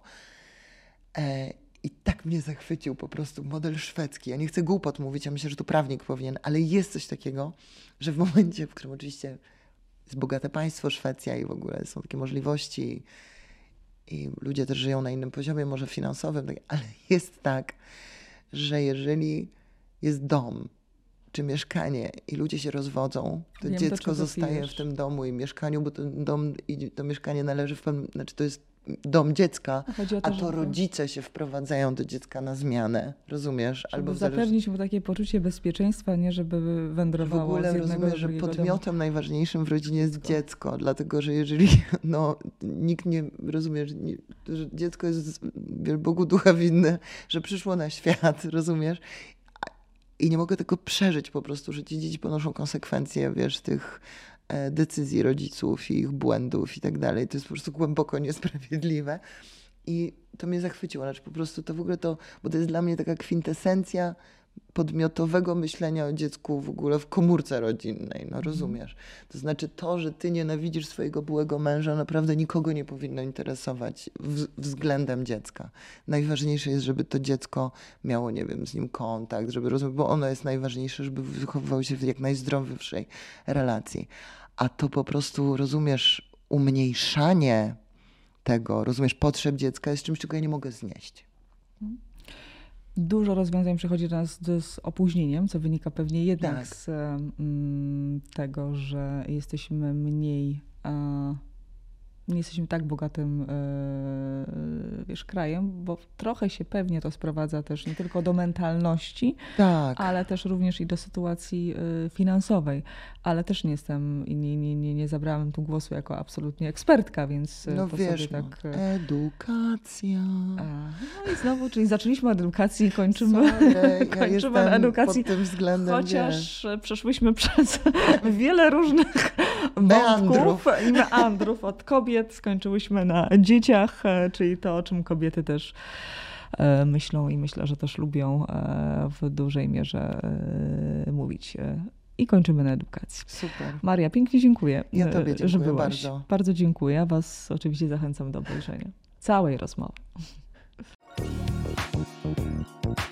E, I tak mnie zachwycił po prostu model szwedzki. Ja nie chcę głupot mówić, ja myślę, że tu prawnik powinien, ale jest coś takiego, że w momencie, w którym oczywiście jest bogate państwo Szwecja i w ogóle są takie możliwości i ludzie też żyją na innym poziomie, może finansowym, ale jest tak, że jeżeli jest dom czy mieszkanie i ludzie się rozwodzą, to Wiem, dziecko zostaje pijesz. w tym domu i mieszkaniu, bo ten dom i to mieszkanie należy w pewnym, znaczy to jest dom dziecka, to, a to żeby... rodzice się wprowadzają do dziecka na zmianę, rozumiesz? Żeby Albo zapewnić zależy... mu takie poczucie bezpieczeństwa, nie żeby wędrowało w ogóle, z jednego rozumiesz, że podmiotem domu. najważniejszym w rodzinie jest dziecko. dziecko, dlatego że jeżeli no, nikt nie, rozumiesz, nie, że dziecko jest Bogu ducha winne, że przyszło na świat, rozumiesz? I nie mogę tego przeżyć po prostu, że ci dzieci ponoszą konsekwencje, wiesz, tych decyzji rodziców i ich błędów i tak dalej. To jest po prostu głęboko niesprawiedliwe. I to mnie zachwyciło. Znaczy po prostu to w ogóle to, bo to jest dla mnie taka kwintesencja podmiotowego myślenia o dziecku w ogóle w komórce rodzinnej, no rozumiesz? To znaczy to, że ty nienawidzisz swojego byłego męża, naprawdę nikogo nie powinno interesować w, względem dziecka. Najważniejsze jest, żeby to dziecko miało, nie wiem, z nim kontakt, żeby rozumieć, bo ono jest najważniejsze, żeby wychowywało się w jak najzdrowszej relacji. A to po prostu, rozumiesz, umniejszanie tego, rozumiesz, potrzeb dziecka jest czymś, czego ja nie mogę znieść. Dużo rozwiązań przychodzi do nas z opóźnieniem, co wynika pewnie jednak tak. z um, tego, że jesteśmy mniej, uh, nie jesteśmy tak bogatym uh, wiesz, krajem, bo trochę się pewnie to sprowadza też nie tylko do mentalności, tak. ale też również i do sytuacji uh, finansowej. Ale też nie jestem i nie, nie, nie, nie zabrałam tu głosu jako absolutnie ekspertka, więc no to wiesz, sobie tak... No, edukacja. A, no i znowu, czyli zaczęliśmy od edukacji i kończymy, Sorry, kończymy ja na edukacji. Pod tym względem, chociaż wiesz. przeszłyśmy przez wiele różnych meandrów i meandrów od kobiet, skończyłyśmy na dzieciach, czyli to, o czym kobiety też myślą i myślę, że też lubią w dużej mierze mówić. i kończymy na edukacji. Super. Maria, pięknie dziękuję, Ja tobie dziękuję że byłaś. bardzo. Bardzo dziękuję. Was oczywiście zachęcam do obejrzenia całej rozmowy.